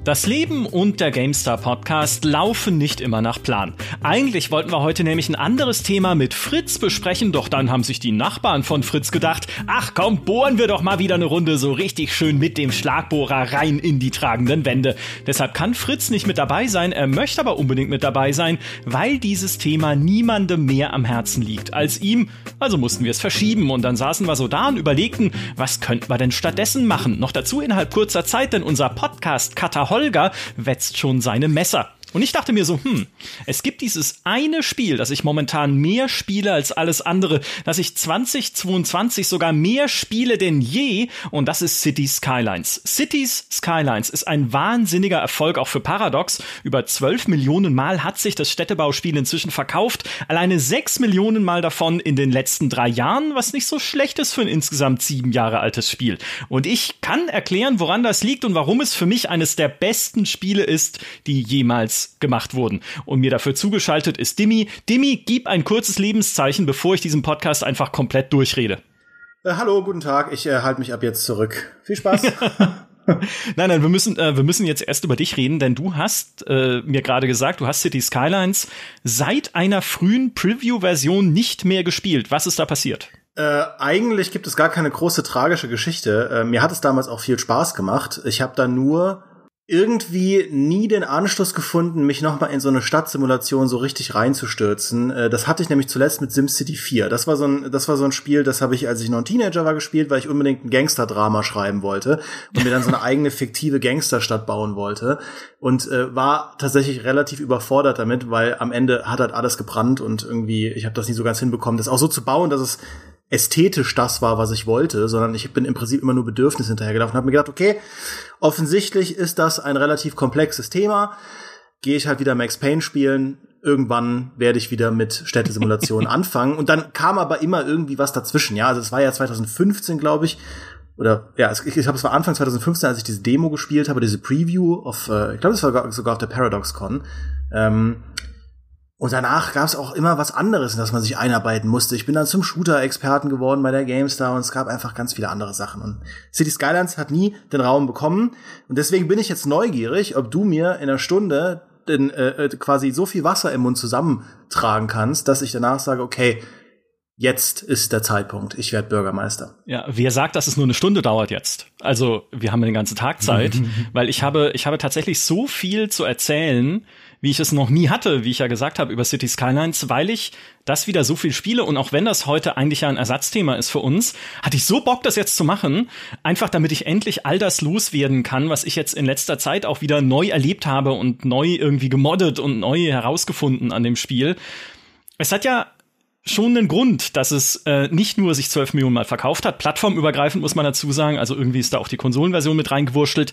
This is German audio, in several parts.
Das Leben und der GameStar Podcast laufen nicht immer nach Plan. Eigentlich wollten wir heute nämlich ein anderes Thema mit Fritz besprechen, doch dann haben sich die Nachbarn von Fritz gedacht, ach komm, bohren wir doch mal wieder eine Runde so richtig schön mit dem Schlagbohrer rein in die tragenden Wände. Deshalb kann Fritz nicht mit dabei sein, er möchte aber unbedingt mit dabei sein, weil dieses Thema niemandem mehr am Herzen liegt als ihm. Also mussten wir es verschieben und dann saßen wir so da und überlegten, was könnten wir denn stattdessen machen? Noch dazu innerhalb kurzer Zeit, denn unser Podcast-Cutter Holger wetzt schon seine Messer. Und ich dachte mir so, es gibt dieses eine Spiel, das ich momentan mehr spiele als alles andere, dass ich 2022 sogar mehr spiele denn je, und das ist Cities Skylines. Cities Skylines ist ein wahnsinniger Erfolg auch für Paradox. Über 12 Millionen Mal hat sich das Städtebauspiel inzwischen verkauft. Alleine 6 Millionen Mal davon in den letzten 3 Jahren, was nicht so schlecht ist für ein insgesamt 7 Jahre altes Spiel. Und ich kann erklären, woran das liegt und warum es für mich eines der besten Spiele ist, die jemals gemacht wurden. Und mir dafür zugeschaltet ist Dimmi. Dimmi, gib ein kurzes Lebenszeichen, bevor ich diesen Podcast einfach komplett durchrede. Hallo, guten Tag. Ich halte mich ab jetzt zurück. Viel Spaß. Nein, wir müssen jetzt erst über dich reden, denn du hast mir gerade gesagt, du hast Cities Skylines seit einer frühen Preview-Version nicht mehr gespielt. Was ist da passiert? Eigentlich gibt es gar keine große tragische Geschichte. Mir hat es damals auch viel Spaß gemacht. Ich habe da nur irgendwie nie den Anschluss gefunden, mich nochmal in so eine Stadtsimulation so richtig reinzustürzen. Das hatte ich nämlich zuletzt mit SimCity 4. Das war so ein Spiel, das habe ich, als ich noch ein Teenager war, gespielt, weil ich unbedingt ein Gangster-Drama schreiben wollte und mir dann so eine eigene fiktive Gangsterstadt bauen wollte. Und war tatsächlich relativ überfordert damit, weil am Ende hat halt alles gebrannt und irgendwie, ich habe das nie so ganz hinbekommen, das auch so zu bauen, dass es ästhetisch das war, was ich wollte, sondern ich bin im Prinzip immer nur Bedürfnis hinterhergelaufen und habe mir gedacht, okay, offensichtlich ist das ein relativ komplexes Thema, gehe ich halt wieder Max Payne spielen, irgendwann werde ich wieder mit Städtesimulationen anfangen und dann kam aber immer irgendwie was dazwischen, ja, also es war ja 2015, glaube ich, oder ja, ich glaube, es war Anfang 2015, als ich diese Demo gespielt habe, diese Preview auf, ich glaube, es war sogar auf der ParadoxCon, und danach gab es auch immer was anderes, in das man sich einarbeiten musste. Ich bin dann zum Shooter-Experten geworden bei der GameStar und es gab einfach ganz viele andere Sachen. Und Cities Skylines hat nie den Raum bekommen. Und deswegen bin ich jetzt neugierig, ob du mir in einer Stunde quasi so viel Wasser im Mund zusammentragen kannst, dass ich danach sage, okay, jetzt ist der Zeitpunkt. Ich werde Bürgermeister. Ja, wer sagt, dass es nur eine Stunde dauert jetzt? Also, wir haben den ganzen Tag Zeit, weil ich habe tatsächlich so viel zu erzählen, wie ich es noch nie hatte, wie ich ja gesagt habe, über Cities Skylines, weil ich das wieder so viel spiele. Und auch wenn das heute eigentlich ja ein Ersatzthema ist für uns, hatte ich so Bock, das jetzt zu machen, einfach damit ich endlich all das loswerden kann, was ich jetzt in letzter Zeit auch wieder neu erlebt habe und neu irgendwie gemoddet und neu herausgefunden an dem Spiel. Es hat ja schon einen Grund, dass es nicht nur sich 12 Millionen Mal verkauft hat, plattformübergreifend muss man dazu sagen, also irgendwie ist da auch die Konsolenversion mit reingewurschtelt,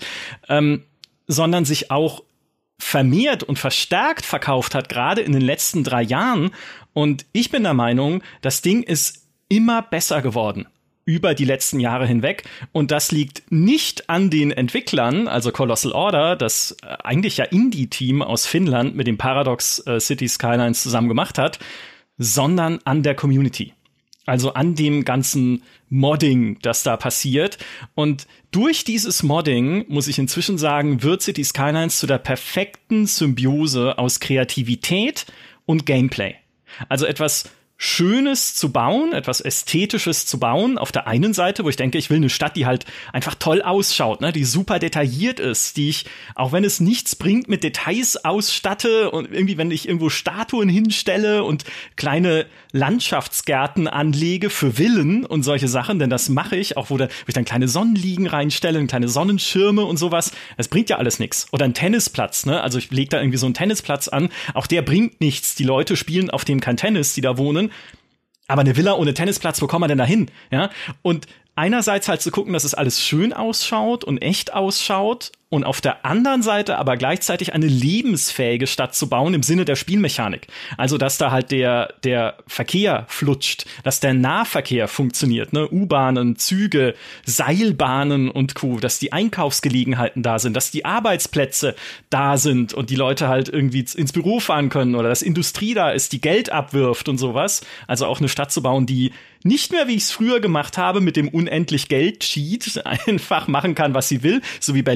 sondern sich auch vermehrt und verstärkt verkauft hat, gerade in den letzten 3 Jahren. Und ich bin der Meinung, das Ding ist immer besser geworden über die letzten Jahre hinweg. Und das liegt nicht an den Entwicklern, also Colossal Order, das eigentlich ja Indie-Team aus Finnland mit dem Paradox Cities Skylines zusammen gemacht hat, sondern an der Community. Also an dem ganzen Modding, das da passiert. Und durch dieses Modding, muss ich inzwischen sagen, wird Cities Skylines zu der perfekten Symbiose aus Kreativität und Gameplay. Also etwas Schönes zu bauen, etwas Ästhetisches zu bauen, auf der einen Seite, wo ich denke, ich will eine Stadt, die halt einfach toll ausschaut, ne, die super detailliert ist, die ich, auch wenn es nichts bringt, mit Details ausstatte und irgendwie, wenn ich irgendwo Statuen hinstelle und kleine Landschaftsgärten anlege für Villen und solche Sachen, denn das mache ich, auch wo ich dann kleine Sonnenliegen reinstelle, kleine Sonnenschirme und sowas, das bringt ja alles nichts. Oder ein Tennisplatz, ne, also ich lege da irgendwie so einen Tennisplatz an, auch der bringt nichts, die Leute spielen auf dem kein Tennis, die da wohnen. Aber eine Villa ohne Tennisplatz, wo kommt man denn da hin? Ja? Und einerseits halt zu gucken, dass es alles schön ausschaut und echt ausschaut und auf der anderen Seite aber gleichzeitig eine lebensfähige Stadt zu bauen im Sinne der Spielmechanik. Also, dass da halt der Verkehr flutscht, dass der Nahverkehr funktioniert, ne? U-Bahnen, Züge, Seilbahnen und Co., dass die Einkaufsgelegenheiten da sind, dass die Arbeitsplätze da sind und die Leute halt irgendwie ins Büro fahren können oder dass Industrie da ist, die Geld abwirft und sowas. Also auch eine Stadt zu bauen, die nicht mehr, wie ich es früher gemacht habe, mit dem unendlich Geld-Cheat einfach machen kann, was sie will, so wie Berlin im echten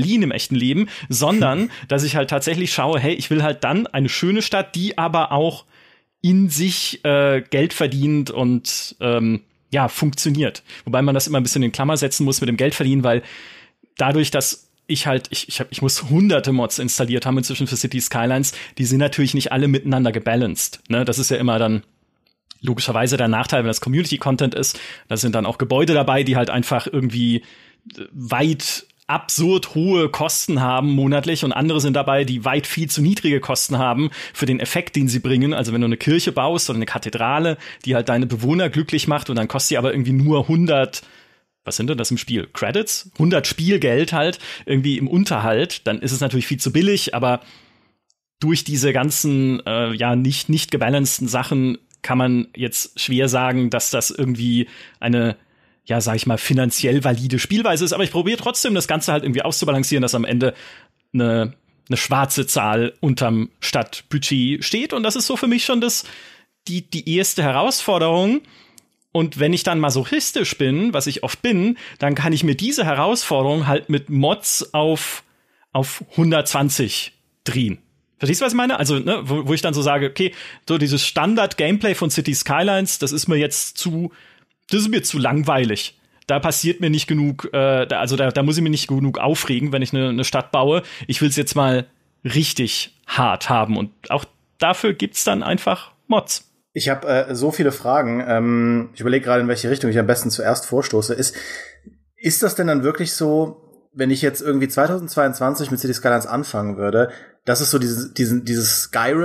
echten Leben, sondern dass ich halt tatsächlich schaue, hey, ich will halt dann eine schöne Stadt, die aber auch in sich Geld verdient und funktioniert. Wobei man das immer ein bisschen in Klammer setzen muss mit dem Geld verdienen, weil dadurch, dass ich muss hunderte Mods installiert haben inzwischen für Cities Skylines, die sind natürlich nicht alle miteinander gebalanced. Ne? Das ist ja immer dann logischerweise der Nachteil, wenn das Community-Content ist. Da sind dann auch Gebäude dabei, die halt einfach irgendwie weit absurd hohe Kosten haben monatlich und andere sind dabei, die weit viel zu niedrige Kosten haben für den Effekt, den sie bringen. Also wenn du eine Kirche baust oder eine Kathedrale, die halt deine Bewohner glücklich macht und dann kostet die aber irgendwie nur 100 was sind denn das im Spiel? Credits? 100 Spielgeld halt, irgendwie im Unterhalt, dann ist es natürlich viel zu billig, aber durch diese ganzen, nicht gebalanceden Sachen kann man jetzt schwer sagen, dass das irgendwie eine, sag ich mal, finanziell valide Spielweise ist, aber ich probiere trotzdem, das Ganze halt irgendwie auszubalancieren, dass am Ende eine schwarze Zahl unterm Stadtbudget steht und das ist so für mich schon die erste Herausforderung. Und wenn ich dann masochistisch bin, was ich oft bin, dann kann ich mir diese Herausforderung halt mit Mods auf 120 drehen. Verstehst du, was ich meine? Also, ne, wo ich dann so sage, okay, so dieses Standard-Gameplay von Cities Skylines, das ist mir zu langweilig. Da passiert mir nicht genug, da muss ich mir nicht genug aufregen, wenn ich eine Stadt baue. Ich will es jetzt mal richtig hart haben. Und auch dafür gibt's dann einfach Mods. Ich habe so viele Fragen. Ich überlege gerade, in welche Richtung ich am besten zuerst vorstoße. Ist das denn dann wirklich so, wenn ich jetzt irgendwie 2022 mit Cities Skylines anfangen würde, dass es so dieses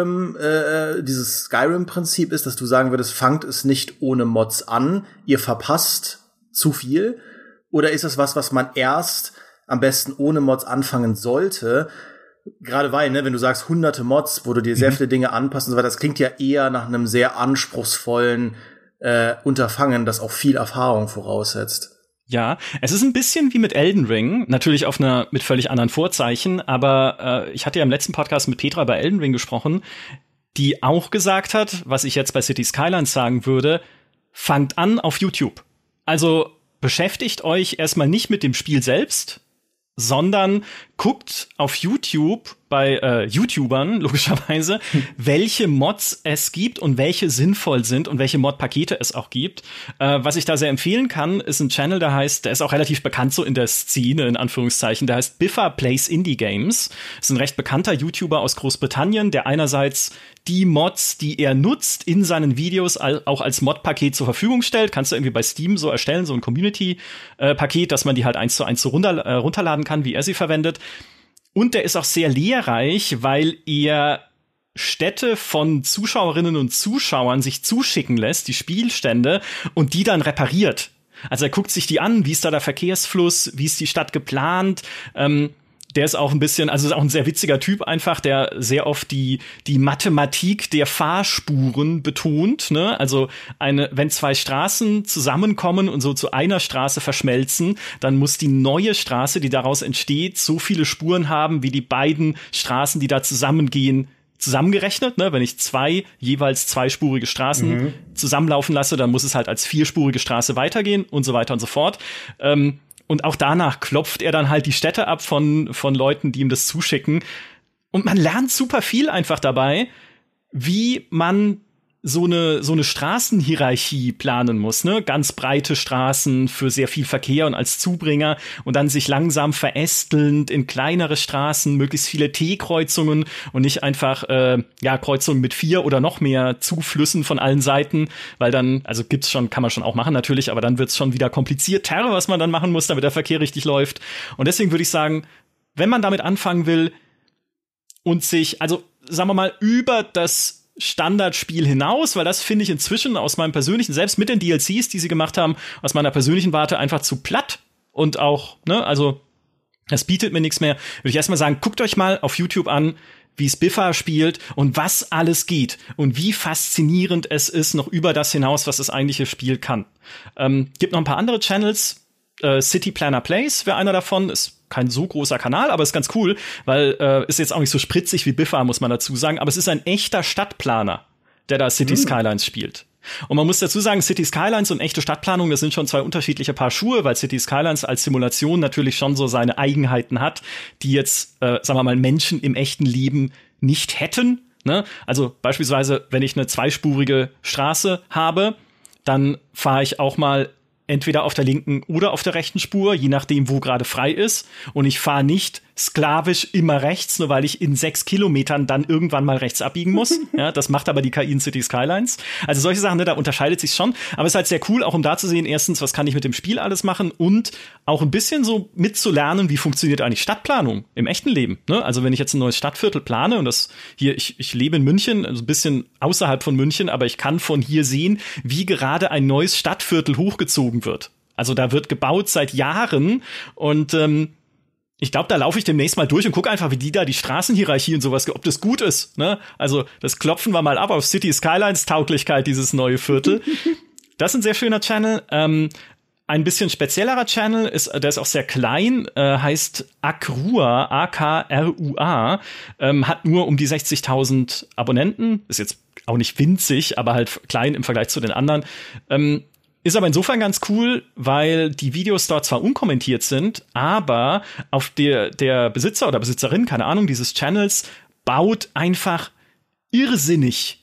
Skyrim-Prinzip ist, dass du sagen würdest, fangt es nicht ohne Mods an, ihr verpasst zu viel? Oder ist es was man erst am besten ohne Mods anfangen sollte? Gerade weil, ne, wenn du sagst hunderte Mods, wo du dir sehr viele Dinge anpasst und so weiter, das klingt ja eher nach einem sehr anspruchsvollen Unterfangen, das auch viel Erfahrung voraussetzt. Ja, es ist ein bisschen wie mit Elden Ring, natürlich mit völlig anderen Vorzeichen, aber ich hatte ja im letzten Podcast mit Petra bei Elden Ring gesprochen, die auch gesagt hat, was ich jetzt bei Cities Skylines sagen würde, fangt an auf YouTube. Also beschäftigt euch erstmal nicht mit dem Spiel selbst, sondern guckt auf YouTube bei YouTubern logischerweise, welche Mods es gibt und welche sinnvoll sind und welche Mod-Pakete es auch gibt. Was ich da sehr empfehlen kann, ist ein Channel, der ist auch relativ bekannt so in der Szene, in Anführungszeichen, der heißt Biffa Plays Indie Games. Ist ein recht bekannter YouTuber aus Großbritannien, der einerseits die Mods, die er nutzt, in seinen Videos auch als Mod-Paket zur Verfügung stellt. Kannst du irgendwie bei Steam so erstellen, so ein Community-Paket, dass man die halt 1:1 so runterladen kann, wie er sie verwendet. Und der ist auch sehr lehrreich, weil er Städte von Zuschauerinnen und Zuschauern sich zuschicken lässt, die Spielstände, und die dann repariert. Also er guckt sich die an, wie ist da der Verkehrsfluss, wie ist die Stadt geplant, der ist auch ein bisschen, also ist auch ein sehr witziger Typ einfach, der sehr oft die Mathematik der Fahrspuren betont, ne? Also wenn zwei Straßen zusammenkommen und so zu einer Straße verschmelzen, dann muss die neue Straße, die daraus entsteht, so viele Spuren haben, wie die beiden Straßen, die da zusammengehen, zusammengerechnet, ne? Wenn ich jeweils zweispurige Straßen zusammenlaufen lasse, dann muss es halt als vierspurige Straße weitergehen und so weiter und so fort. Und auch danach klopft er dann halt die Städte ab von Leuten, die ihm das zuschicken. Und man lernt super viel einfach dabei, wie man so eine Straßenhierarchie planen muss, ne? Ganz breite Straßen für sehr viel Verkehr und als Zubringer und dann sich langsam verästelnd in kleinere Straßen, möglichst viele T-Kreuzungen und nicht einfach Kreuzungen mit 4 oder noch mehr Zuflüssen von allen Seiten, weil dann, also kann man schon auch machen natürlich, aber dann wird's schon wieder komplizierter, was man dann machen muss, damit der Verkehr richtig läuft. Und deswegen würde ich sagen, wenn man damit anfangen will und sich, also sagen wir mal, über das Standardspiel hinaus, weil das finde ich inzwischen aus meinem persönlichen, selbst mit den DLCs, die sie gemacht haben, aus meiner persönlichen Warte einfach zu platt und auch, ne, also das bietet mir nichts mehr. Würde ich erstmal sagen, guckt euch mal auf YouTube an, wie es Biffa spielt und was alles geht und wie faszinierend es ist, noch über das hinaus, was das eigentliche Spiel kann. Gibt noch ein paar andere Channels, City Planner Plays wäre einer davon, ist kein so großer Kanal, aber ist ganz cool, weil ist jetzt auch nicht so spritzig wie Biffa, muss man dazu sagen, aber es ist ein echter Stadtplaner, der da City Skylines spielt. Und man muss dazu sagen, City Skylines und echte Stadtplanung, das sind schon zwei unterschiedliche Paar Schuhe, weil City Skylines als Simulation natürlich schon so seine Eigenheiten hat, die jetzt, sagen wir mal, Menschen im echten Leben nicht hätten. Ne? Also beispielsweise, wenn ich eine zweispurige Straße habe, dann fahre ich auch mal entweder auf der linken oder auf der rechten Spur, je nachdem, wo gerade frei ist. Und ich fahre nicht sklavisch immer rechts, nur weil ich in 6 Kilometern dann irgendwann mal rechts abbiegen muss. Ja, das macht aber die KI in City Skylines. Also solche Sachen, ne, da unterscheidet sich schon. Aber es ist halt sehr cool, auch um da zu sehen, erstens, was kann ich mit dem Spiel alles machen und auch ein bisschen so mitzulernen, wie funktioniert eigentlich Stadtplanung im echten Leben. Ne? Also wenn ich jetzt ein neues Stadtviertel plane und das hier, ich lebe in München, also ein bisschen außerhalb von München, aber ich kann von hier sehen, wie gerade ein neues Stadtviertel hochgezogen wird. Also da wird gebaut seit Jahren und ich glaube, da laufe ich demnächst mal durch und gucke einfach, wie die da die Straßenhierarchie und sowas, ob das gut ist. Ne? Also das klopfen wir mal ab auf City Skylines Tauglichkeit, dieses neue Viertel. Das ist ein sehr schöner Channel. Ein bisschen speziellerer Channel, der ist auch sehr klein, heißt Akrua, A-K-R-U-A, hat nur um die 60.000 Abonnenten. Ist jetzt auch nicht winzig, aber halt klein im Vergleich zu den anderen. Ist aber insofern ganz cool, weil die Videos dort zwar unkommentiert sind, aber auf der Besitzer oder Besitzerin, keine Ahnung, dieses Channels baut einfach irrsinnig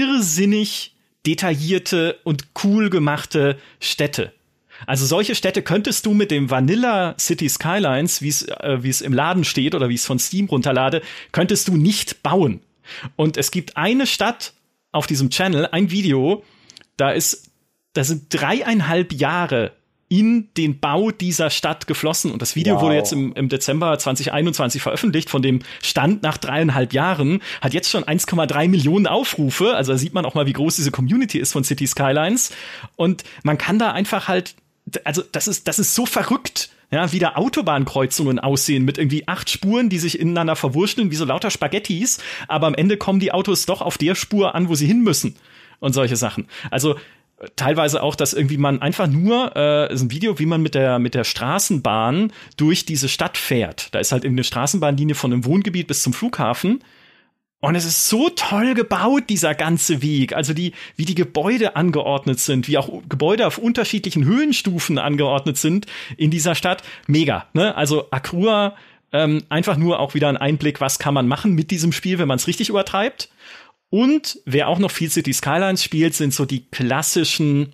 detaillierte und cool gemachte Städte. Also solche Städte könntest du mit dem Vanilla City Skylines, wie es im Laden steht oder wie ich es von Steam runterlade, könntest du nicht bauen. Und es gibt eine Stadt auf diesem Channel, ein Video, da sind 3,5 Jahre in den Bau dieser Stadt geflossen. Und das Video wurde jetzt im Dezember 2021 veröffentlicht. Von dem Stand nach 3,5 Jahren hat jetzt schon 1,3 Millionen Aufrufe. Also da sieht man auch mal, wie groß diese Community ist von City Skylines. Und man kann da einfach halt, also das ist so verrückt, ja, wie da Autobahnkreuzungen aussehen mit irgendwie 8 Spuren, die sich ineinander verwurschteln, wie so lauter Spaghettis. Aber am Ende kommen die Autos doch auf der Spur an, wo sie hin müssen. Und solche Sachen. Also teilweise auch, dass irgendwie man einfach nur, ist ein Video, wie man mit der Straßenbahn durch diese Stadt fährt. Da ist halt eben eine Straßenbahnlinie von einem Wohngebiet bis zum Flughafen. Und es ist so toll gebaut, dieser ganze Weg. Also wie die Gebäude angeordnet sind, wie auch Gebäude auf unterschiedlichen Höhenstufen angeordnet sind in dieser Stadt. Mega, ne? Also Akrua, einfach nur auch wieder ein Einblick, was kann man machen mit diesem Spiel, wenn man es richtig übertreibt. Und wer auch noch viel City Skylines spielt, sind so die klassischen,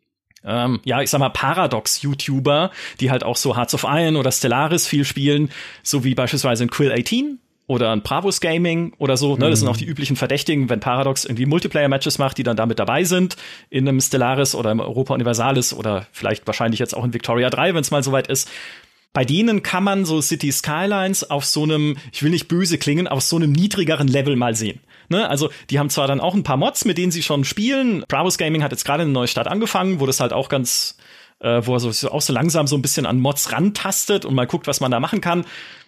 ich sag mal, Paradox-YouTuber, die halt auch so Hearts of Iron oder Stellaris viel spielen, so wie beispielsweise ein Quill 18 oder ein Bravos Gaming oder so. Ne? Das sind auch die üblichen Verdächtigen, wenn Paradox irgendwie Multiplayer-Matches macht, die dann damit dabei sind, in einem Stellaris oder im Europa Universalis oder vielleicht wahrscheinlich jetzt auch in Victoria 3, wenn es mal soweit ist. Bei denen kann man so City Skylines auf so einem, ich will nicht böse klingen, auf so einem niedrigeren Level mal sehen. Ne? Also die haben zwar dann auch ein paar Mods, mit denen sie schon spielen. Bravos Gaming hat jetzt gerade eine neue Stadt angefangen, wo das halt auch ganz, wo er so auch so langsam so ein bisschen an Mods rantastet und mal guckt, was man da machen kann.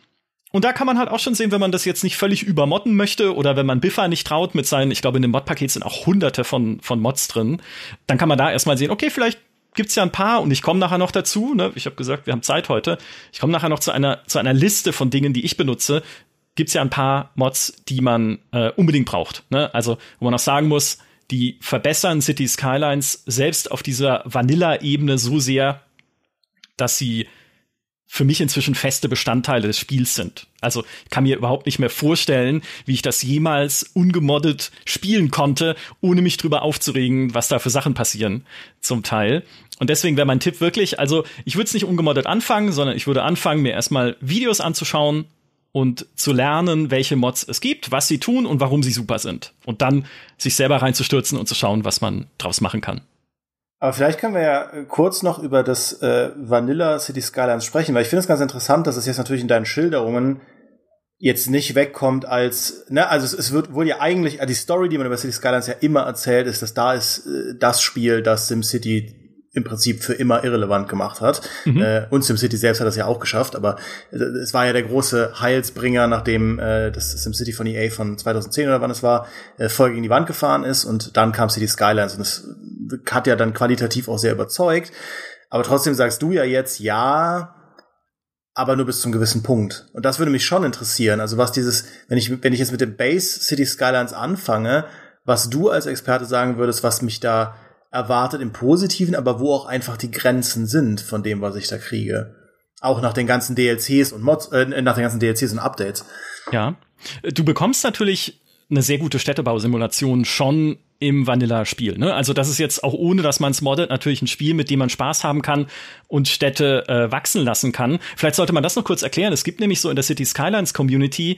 Und da kann man halt auch schon sehen, wenn man das jetzt nicht völlig übermodden möchte oder wenn man Biffa nicht traut mit seinen, ich glaube in dem Modpaket sind auch hunderte von Mods drin, dann kann man da erstmal sehen, okay, vielleicht gibt's ja ein paar und ich komme nachher noch dazu, ne? Ich habe gesagt, wir haben Zeit heute. Ich komme nachher noch zu einer Liste von Dingen, die ich benutze. Gibt's ja ein paar Mods, die man unbedingt braucht, ne? Also, wo man auch sagen muss, die verbessern City Skylines selbst auf dieser Vanilla-Ebene so sehr, dass sie für mich inzwischen feste Bestandteile des Spiels sind. Also ich kann mir überhaupt nicht mehr vorstellen, wie ich das jemals ungemoddet spielen konnte, ohne mich drüber aufzuregen, was da für Sachen passieren zum Teil. Und deswegen wäre mein Tipp wirklich, also ich würde es nicht ungemoddet anfangen, sondern ich würde anfangen, mir erstmal Videos anzuschauen und zu lernen, welche Mods es gibt, was sie tun und warum sie super sind. Und dann sich selber reinzustürzen und zu schauen, was man draus machen kann. Aber vielleicht können wir ja kurz noch über das Vanilla City Skylines sprechen, weil ich finde es ganz interessant, dass es jetzt natürlich in deinen Schilderungen jetzt nicht wegkommt als, ne, also es wird wohl ja eigentlich, die Story, die man über City Skylines ja immer erzählt, ist, dass da ist das Spiel, das SimCity im Prinzip für immer irrelevant gemacht hat. Und SimCity selbst hat das ja auch geschafft, aber es war ja der große Heilsbringer, nachdem das SimCity von EA von 2010 oder wann es war, voll gegen die Wand gefahren ist und dann kam City Skylines und es hat ja dann qualitativ auch sehr überzeugt. Aber trotzdem sagst du ja jetzt, ja, aber nur bis zum gewissen Punkt. Und das würde mich schon interessieren. Also was dieses, wenn ich jetzt mit dem Base City Skylines anfange, was du als Experte sagen würdest, was mich da erwartet im Positiven, aber wo auch einfach die Grenzen sind von dem, was ich da kriege. Auch nach den ganzen DLCs und Mods, nach den ganzen DLCs und Updates. Ja. Du bekommst natürlich eine sehr gute Städtebausimulation schon im Vanilla-Spiel, ne? Also das ist jetzt auch ohne, dass man es moddet, natürlich ein Spiel, mit dem man Spaß haben kann und Städte wachsen lassen kann. Vielleicht sollte man das noch kurz erklären. Es gibt nämlich so in der City Skylines Community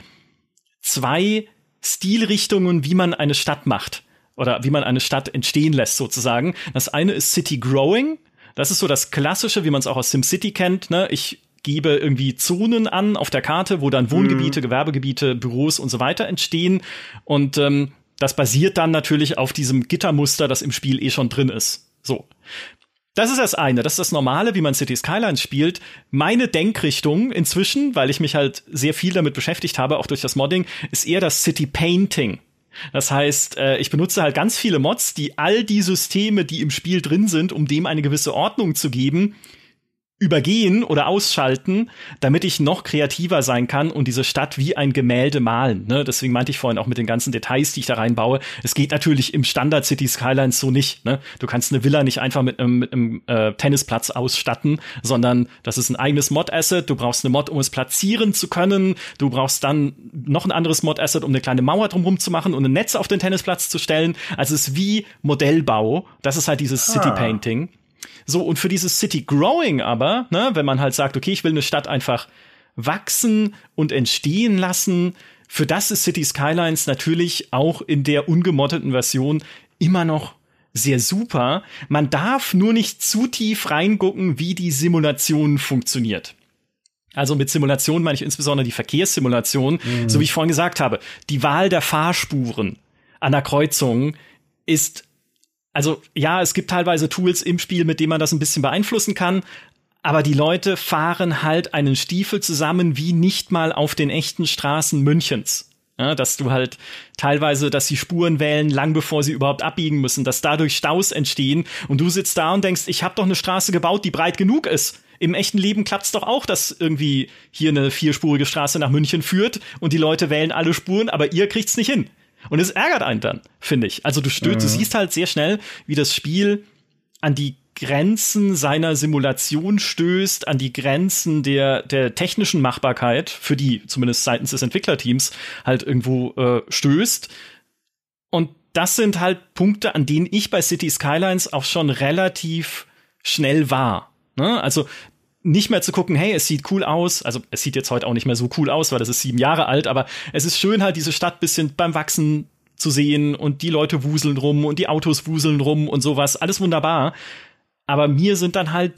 2 Stilrichtungen, wie man eine Stadt macht oder wie man eine Stadt entstehen lässt sozusagen. Das eine ist City Growing. Das ist so das Klassische, wie man es auch aus SimCity kennt, ne? Ich gebe irgendwie Zonen an auf der Karte, wo dann Wohngebiete, Gewerbegebiete, Büros und so weiter entstehen. Und das basiert dann natürlich auf diesem Gittermuster, das im Spiel eh schon drin ist. So. Das ist das eine. Das ist das Normale, wie man City Skylines spielt. Meine Denkrichtung inzwischen, weil ich mich halt sehr viel damit beschäftigt habe, auch durch das Modding, ist eher das City Painting. Das heißt, ich benutze halt ganz viele Mods, die all die Systeme, die im Spiel drin sind, um dem eine gewisse Ordnung zu geben, übergehen oder ausschalten, damit ich noch kreativer sein kann und diese Stadt wie ein Gemälde malen. Ne? Deswegen meinte ich vorhin auch mit den ganzen Details, die ich da reinbaue. Es geht natürlich im Standard City Skylines so nicht. Ne? Du kannst eine Villa nicht einfach mit einem Tennisplatz ausstatten, sondern das ist ein eigenes Mod-Asset. Du brauchst eine Mod, um es platzieren zu können. Du brauchst dann noch ein anderes Mod-Asset, um eine kleine Mauer drumherum zu machen und ein Netz auf den Tennisplatz zu stellen. Also es ist wie Modellbau. Das ist halt dieses City Painting. So, und für dieses City Growing aber, ne, wenn man halt sagt, okay, ich will eine Stadt einfach wachsen und entstehen lassen, für das ist City Skylines natürlich auch in der ungemoddeten Version immer noch sehr super. Man darf nur nicht zu tief reingucken, wie die Simulation funktioniert. Also mit Simulation meine ich insbesondere die Verkehrssimulation, so wie ich vorhin gesagt habe. Die Wahl der Fahrspuren an der Kreuzung ist. Also ja, es gibt teilweise Tools im Spiel, mit denen man das ein bisschen beeinflussen kann, aber die Leute fahren halt einen Stiefel zusammen wie nicht mal auf den echten Straßen Münchens. Ja, dass du halt teilweise, dass die Spuren wählen, lang bevor sie überhaupt abbiegen müssen, dass dadurch Staus entstehen und du sitzt da und denkst, ich habe doch eine Straße gebaut, die breit genug ist. Im echten Leben klappt's doch auch, dass irgendwie hier eine 4-spurige Straße nach München führt und die Leute wählen alle Spuren, aber ihr kriegt's nicht hin. Und es ärgert einen dann, finde ich. Also du siehst halt sehr schnell, wie das Spiel an die Grenzen seiner Simulation stößt, an die Grenzen der technischen Machbarkeit, für die zumindest seitens des Entwicklerteams halt irgendwo stößt. Und das sind halt Punkte, an denen ich bei City Skylines auch schon relativ schnell war. Ne? Also nicht mehr zu gucken, hey, es sieht cool aus. Also es sieht jetzt heute auch nicht mehr so cool aus, weil das ist 7 Jahre alt, aber es ist schön halt diese Stadt bisschen beim Wachsen zu sehen und die Leute wuseln rum und die Autos wuseln rum und sowas. Alles wunderbar. Aber mir sind dann halt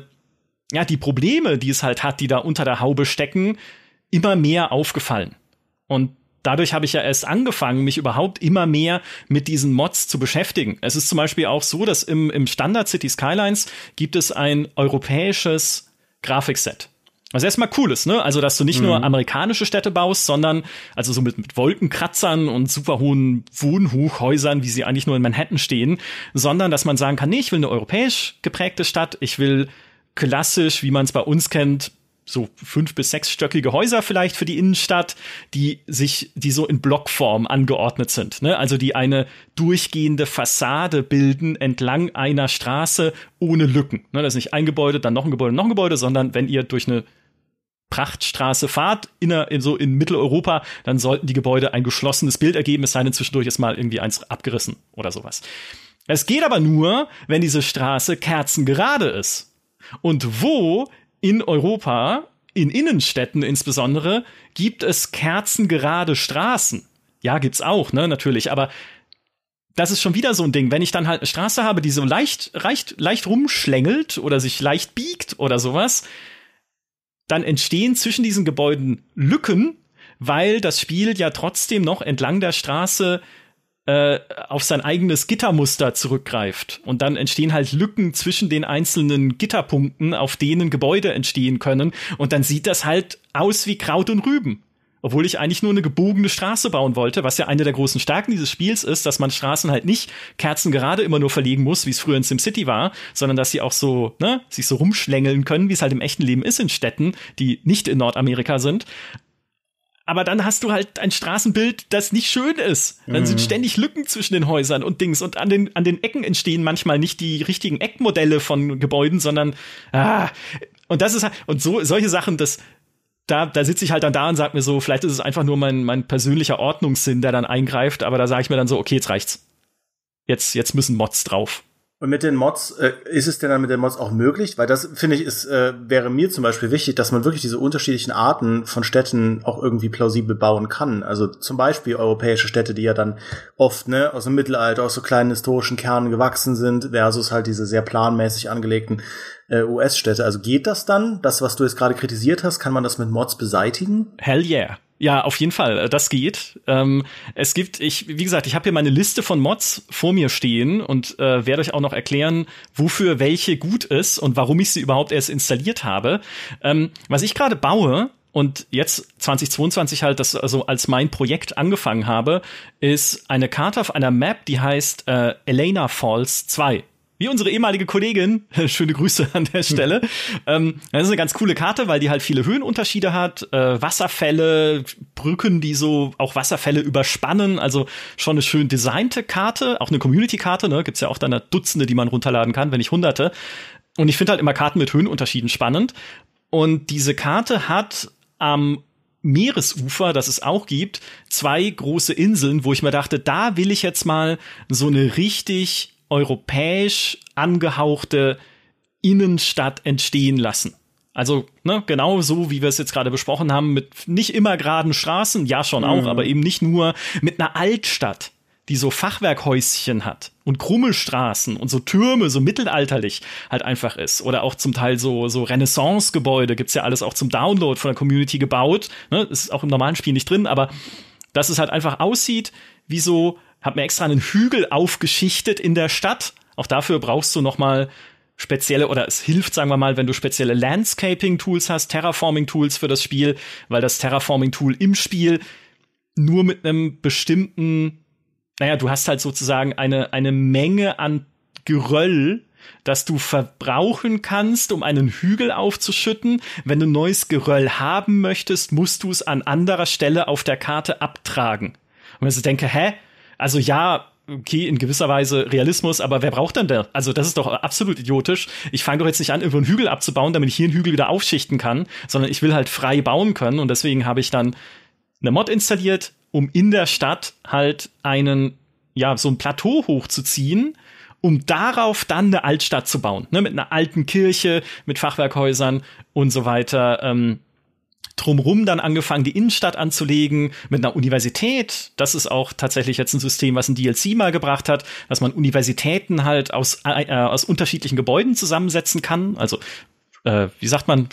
die Probleme, die es halt hat, die da unter der Haube stecken, immer mehr aufgefallen. Und dadurch habe ich ja erst angefangen, mich überhaupt immer mehr mit diesen Mods zu beschäftigen. Es ist zum Beispiel auch so, dass im Standard City Skylines gibt es ein europäisches Grafikset. Was erstmal cool ist, ne? Also, dass du nicht nur amerikanische Städte baust, sondern also so mit Wolkenkratzern und super hohen Wohnhochhäusern, wie sie eigentlich nur in Manhattan stehen, sondern dass man sagen kann, nee, ich will eine europäisch geprägte Stadt, ich will klassisch, wie man es bei uns kennt, so 5- bis 6-stöckige Häuser vielleicht für die Innenstadt, die so in Blockform angeordnet sind, ne? Also die eine durchgehende Fassade bilden entlang einer Straße ohne Lücken, ne? Das ist nicht ein Gebäude, dann noch ein Gebäude, noch ein Gebäude, sondern wenn ihr durch eine Prachtstraße fahrt, in Mitteleuropa, dann sollten die Gebäude ein geschlossenes Bild ergeben, es sei denn, zwischendurch ist mal irgendwie eins abgerissen oder sowas. Es geht aber nur, wenn diese Straße kerzengerade ist. Und wo in Europa, in Innenstädten insbesondere, gibt es kerzengerade Straßen. Ja, gibt's auch, ne, natürlich, aber das ist schon wieder so ein Ding. Wenn ich dann halt eine Straße habe, die so leicht rumschlängelt oder sich leicht biegt oder sowas, dann entstehen zwischen diesen Gebäuden Lücken, weil das Spiel ja trotzdem noch entlang der Straße auf sein eigenes Gittermuster zurückgreift. Und dann entstehen halt Lücken zwischen den einzelnen Gitterpunkten, auf denen Gebäude entstehen können. Und dann sieht das halt aus wie Kraut und Rüben. Obwohl ich eigentlich nur eine gebogene Straße bauen wollte, was ja eine der großen Stärken dieses Spiels ist, dass man Straßen halt nicht kerzengerade immer nur verlegen muss, wie es früher in SimCity war, sondern dass sie auch so, ne, sich so rumschlängeln können, wie es halt im echten Leben ist in Städten, die nicht in Nordamerika sind. Aber dann hast du halt ein Straßenbild, das nicht schön ist. Dann sind ständig Lücken zwischen den Häusern und Dings. Und an den Ecken entstehen manchmal nicht die richtigen Eckmodelle von Gebäuden, sondern und das ist halt, und solche Sachen, da sitze ich halt dann da und sag mir so, vielleicht ist es einfach nur mein persönlicher Ordnungssinn, der dann eingreift, aber da sage ich mir dann so, okay, jetzt reicht's. Jetzt müssen Mods drauf. Und mit den Mods, ist es denn dann mit den Mods auch möglich? Weil das, finde ich, wäre mir zum Beispiel wichtig, dass man wirklich diese unterschiedlichen Arten von Städten auch irgendwie plausibel bauen kann. Also zum Beispiel europäische Städte, die ja dann oft aus dem Mittelalter, aus so kleinen historischen Kernen gewachsen sind, versus halt diese sehr planmäßig angelegten US-Städte. Also geht das dann? Das, was du jetzt gerade kritisiert hast, kann man das mit Mods beseitigen? Hell yeah. Ja, auf jeden Fall, das geht. Es gibt, wie gesagt, ich habe hier meine Liste von Mods vor mir stehen und werde euch auch noch erklären, wofür welche gut ist und warum ich sie überhaupt erst installiert habe. Was ich gerade baue und jetzt 2022 halt das also als mein Projekt angefangen habe, ist eine Karte auf einer Map, die heißt Elena Falls 2. Wie unsere ehemalige Kollegin, schöne Grüße an der Stelle. Das ist eine ganz coole Karte, weil die halt viele Höhenunterschiede hat, Wasserfälle, Brücken, die so auch Wasserfälle überspannen, also schon eine schön designte Karte, auch eine Community-Karte, ne, gibt's ja auch dann Dutzende, die man runterladen kann, wenn nicht Hunderte. Und ich finde halt immer Karten mit Höhenunterschieden spannend. Und diese Karte hat am Meeresufer, das es auch gibt, 2 große Inseln, wo ich mir dachte, da will ich jetzt mal so eine richtig europäisch angehauchte Innenstadt entstehen lassen. Also, genau so, wie wir es jetzt gerade besprochen haben, mit nicht immer geraden Straßen, ja schon auch, aber eben nicht nur mit einer Altstadt, die so Fachwerkhäuschen hat und krumme Straßen und so Türme, so mittelalterlich halt einfach ist. Oder auch zum Teil so Renaissance-Gebäude, gibt's ja alles auch zum Download von der Community gebaut. Ist auch im normalen Spiel nicht drin, aber dass es halt einfach aussieht wie so, hab mir extra einen Hügel aufgeschichtet in der Stadt. Auch dafür brauchst du noch mal spezielle, oder es hilft, sagen wir mal, wenn du spezielle Landscaping-Tools hast, Terraforming-Tools für das Spiel, weil das Terraforming-Tool im Spiel nur mit einem bestimmten, du hast halt sozusagen eine Menge an Geröll, das du verbrauchen kannst, um einen Hügel aufzuschütten. Wenn du neues Geröll haben möchtest, musst du es an anderer Stelle auf der Karte abtragen. Und ich denke, also ja, okay, in gewisser Weise Realismus, aber wer braucht denn das? Also das ist doch absolut idiotisch. Ich fange doch jetzt nicht an, irgendwo einen Hügel abzubauen, damit ich hier einen Hügel wieder aufschichten kann, sondern ich will halt frei bauen können. Und deswegen habe ich dann eine Mod installiert, um in der Stadt halt so ein Plateau hochzuziehen, um darauf dann eine Altstadt zu bauen. Mit einer alten Kirche, mit Fachwerkhäusern und so weiter. Drumrum dann angefangen, die Innenstadt anzulegen mit einer Universität. Das ist auch tatsächlich jetzt ein System, was ein DLC mal gebracht hat, dass man Universitäten halt aus unterschiedlichen Gebäuden zusammensetzen kann. Also wie sagt man,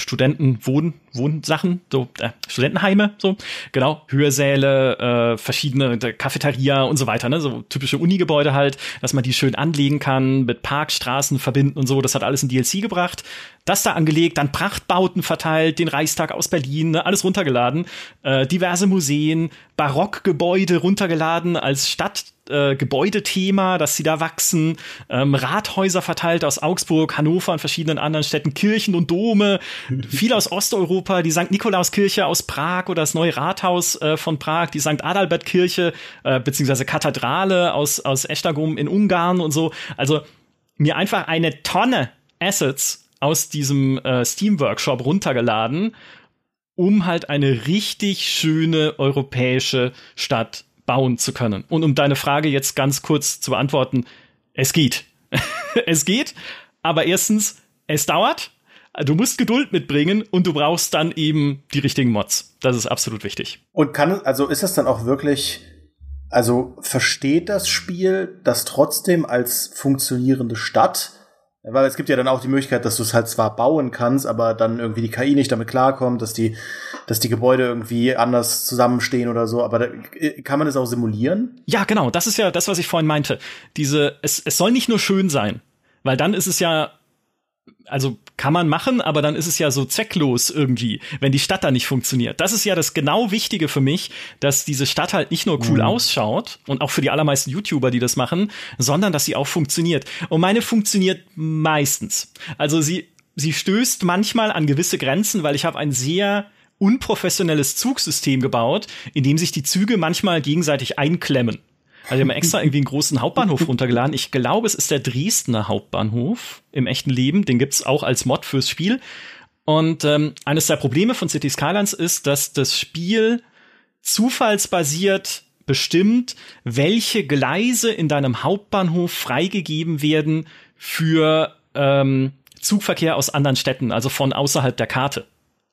Wohnsachen, so Studentenheime, so, genau, Hörsäle, verschiedene Cafeteria und so weiter, ne, so typische Unigebäude halt, dass man die schön anlegen kann, mit Parkstraßen verbinden und so, das hat alles ein DLC gebracht. Das da angelegt, dann Prachtbauten verteilt, den Reichstag aus Berlin, ne, alles runtergeladen, diverse Museen, Barockgebäude runtergeladen als Gebäudethema, dass sie da wachsen, Rathäuser verteilt aus Augsburg, Hannover und verschiedenen anderen Städten, Kirchen und Dome, viel aus Osteuropa, die St. Nikolauskirche aus Prag oder das neue Rathaus von Prag, die St. Adalbert-Kirche, beziehungsweise Kathedrale aus Esztergom in Ungarn und so. Also mir einfach eine Tonne Assets aus diesem Steam-Workshop runtergeladen, um halt eine richtig schöne europäische Stadt bauen zu können. Und um deine Frage jetzt ganz kurz zu beantworten, es geht. Es geht, aber erstens, es dauert, du musst Geduld mitbringen und du brauchst dann eben die richtigen Mods. Das ist absolut wichtig. Und ist das dann auch wirklich, versteht das Spiel das trotzdem als funktionierende Stadt? Weil es gibt ja dann auch die Möglichkeit, dass du es halt zwar bauen kannst, aber dann irgendwie die KI nicht damit klarkommt, dass die Gebäude irgendwie anders zusammenstehen oder so. Aber kann man das auch simulieren? Ja, genau. Das ist ja das, was ich vorhin meinte. Es soll nicht nur schön sein, weil dann ist es ja, also kann man machen, aber dann ist es ja so zwecklos irgendwie, wenn die Stadt da nicht funktioniert. Das ist ja das genau Wichtige für mich, dass diese Stadt halt nicht nur cool ausschaut und auch für die allermeisten YouTuber, die das machen, sondern dass sie auch funktioniert. Und meine funktioniert meistens. Also sie stößt manchmal an gewisse Grenzen, weil ich habe ein sehr unprofessionelles Zugsystem gebaut, in dem sich die Züge manchmal gegenseitig einklemmen. Also wir haben extra irgendwie einen großen Hauptbahnhof runtergeladen. Ich glaube, es ist der Dresdner Hauptbahnhof im echten Leben. Den gibt's auch als Mod fürs Spiel. Und eines der Probleme von Cities Skylines ist, dass das Spiel zufallsbasiert bestimmt, welche Gleise in deinem Hauptbahnhof freigegeben werden für Zugverkehr aus anderen Städten, also von außerhalb der Karte.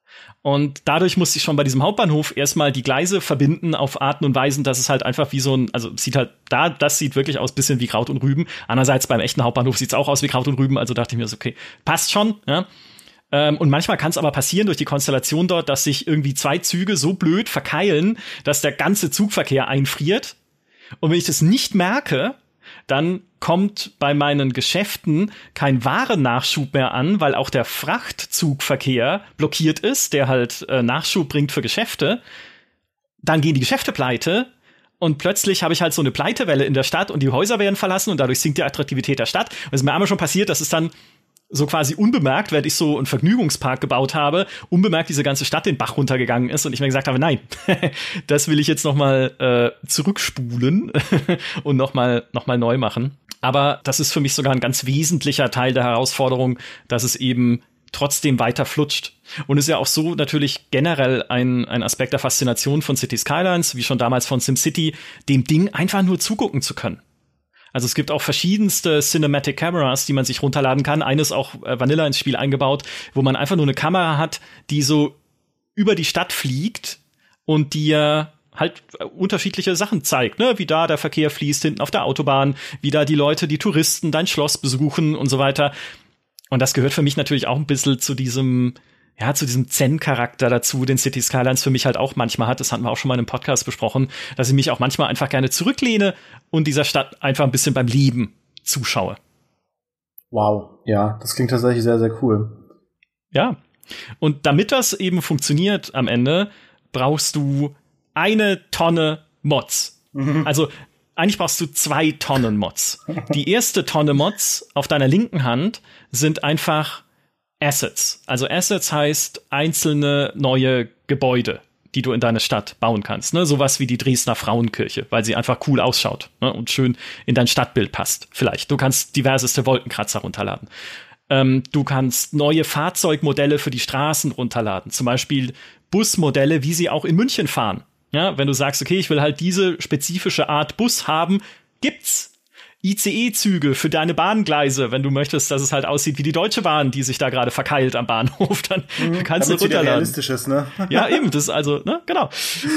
Und dadurch musste ich schon bei diesem Hauptbahnhof erstmal die Gleise verbinden auf Arten und Weisen, dass es halt einfach wie so ein, also das sieht wirklich aus bisschen wie Kraut und Rüben. Andererseits beim echten Hauptbahnhof sieht's auch aus wie Kraut und Rüben, also dachte ich mir so, okay, passt schon, ja. Und manchmal kann es aber passieren durch die Konstellation dort, dass sich irgendwie 2 Züge so blöd verkeilen, dass der ganze Zugverkehr einfriert. Und wenn ich das nicht merke, dann kommt bei meinen Geschäften kein Warennachschub mehr an, weil auch der Frachtzugverkehr blockiert ist, der halt Nachschub bringt für Geschäfte. Dann gehen die Geschäfte pleite und plötzlich habe ich halt so eine Pleitewelle in der Stadt und die Häuser werden verlassen und dadurch sinkt die Attraktivität der Stadt. Und es ist mir einmal schon passiert, dass es dann so quasi unbemerkt, während ich so einen Vergnügungspark gebaut habe, unbemerkt diese ganze Stadt den Bach runtergegangen ist und ich mir gesagt habe, nein, das will ich jetzt noch mal zurückspulen und noch mal neu machen. Aber das ist für mich sogar ein ganz wesentlicher Teil der Herausforderung, dass es eben trotzdem weiter flutscht. Und es ist ja auch so natürlich generell ein Aspekt der Faszination von Cities Skylines, wie schon damals von SimCity, dem Ding einfach nur zugucken zu können. Also es gibt auch verschiedenste Cinematic Cameras, die man sich runterladen kann. Eine ist auch Vanilla ins Spiel eingebaut, wo man einfach nur eine Kamera hat, die so über die Stadt fliegt und dir halt unterschiedliche Sachen zeigt, ne? Wie da der Verkehr fließt hinten auf der Autobahn, wie da die Leute, die Touristen dein Schloss besuchen und so weiter. Und das gehört für mich natürlich auch ein bisschen zu diesem Zen-Charakter dazu, den Cities Skylines für mich halt auch manchmal hat. Das hatten wir auch schon mal in einem Podcast besprochen, dass ich mich auch manchmal einfach gerne zurücklehne und dieser Stadt einfach ein bisschen beim Leben zuschaue. Wow, ja, das klingt tatsächlich sehr, sehr cool. Ja, und damit das eben funktioniert am Ende, brauchst du 1 Tonne Mods. Also eigentlich brauchst du 2 Tonnen Mods. Die erste Tonne Mods auf deiner linken Hand sind einfach Assets. Also Assets heißt einzelne neue Gebäude, die du in deine Stadt bauen kannst. Ne? Sowas wie die Dresdner Frauenkirche, weil sie einfach cool ausschaut, ne? Und schön in dein Stadtbild passt. Vielleicht. Du kannst diverseste Wolkenkratzer runterladen. Du kannst neue Fahrzeugmodelle für die Straßen runterladen. Zum Beispiel Busmodelle, wie sie auch in München fahren. Ja, wenn du sagst, okay, ich will halt diese spezifische Art Bus haben, gibt's. ICE-Züge für deine Bahngleise, wenn du möchtest, dass es halt aussieht wie die Deutsche Bahn, die sich da gerade verkeilt am Bahnhof, dann kannst du runterladen. Realistisch ist, ne? Ja, eben, das ist also, ne, genau.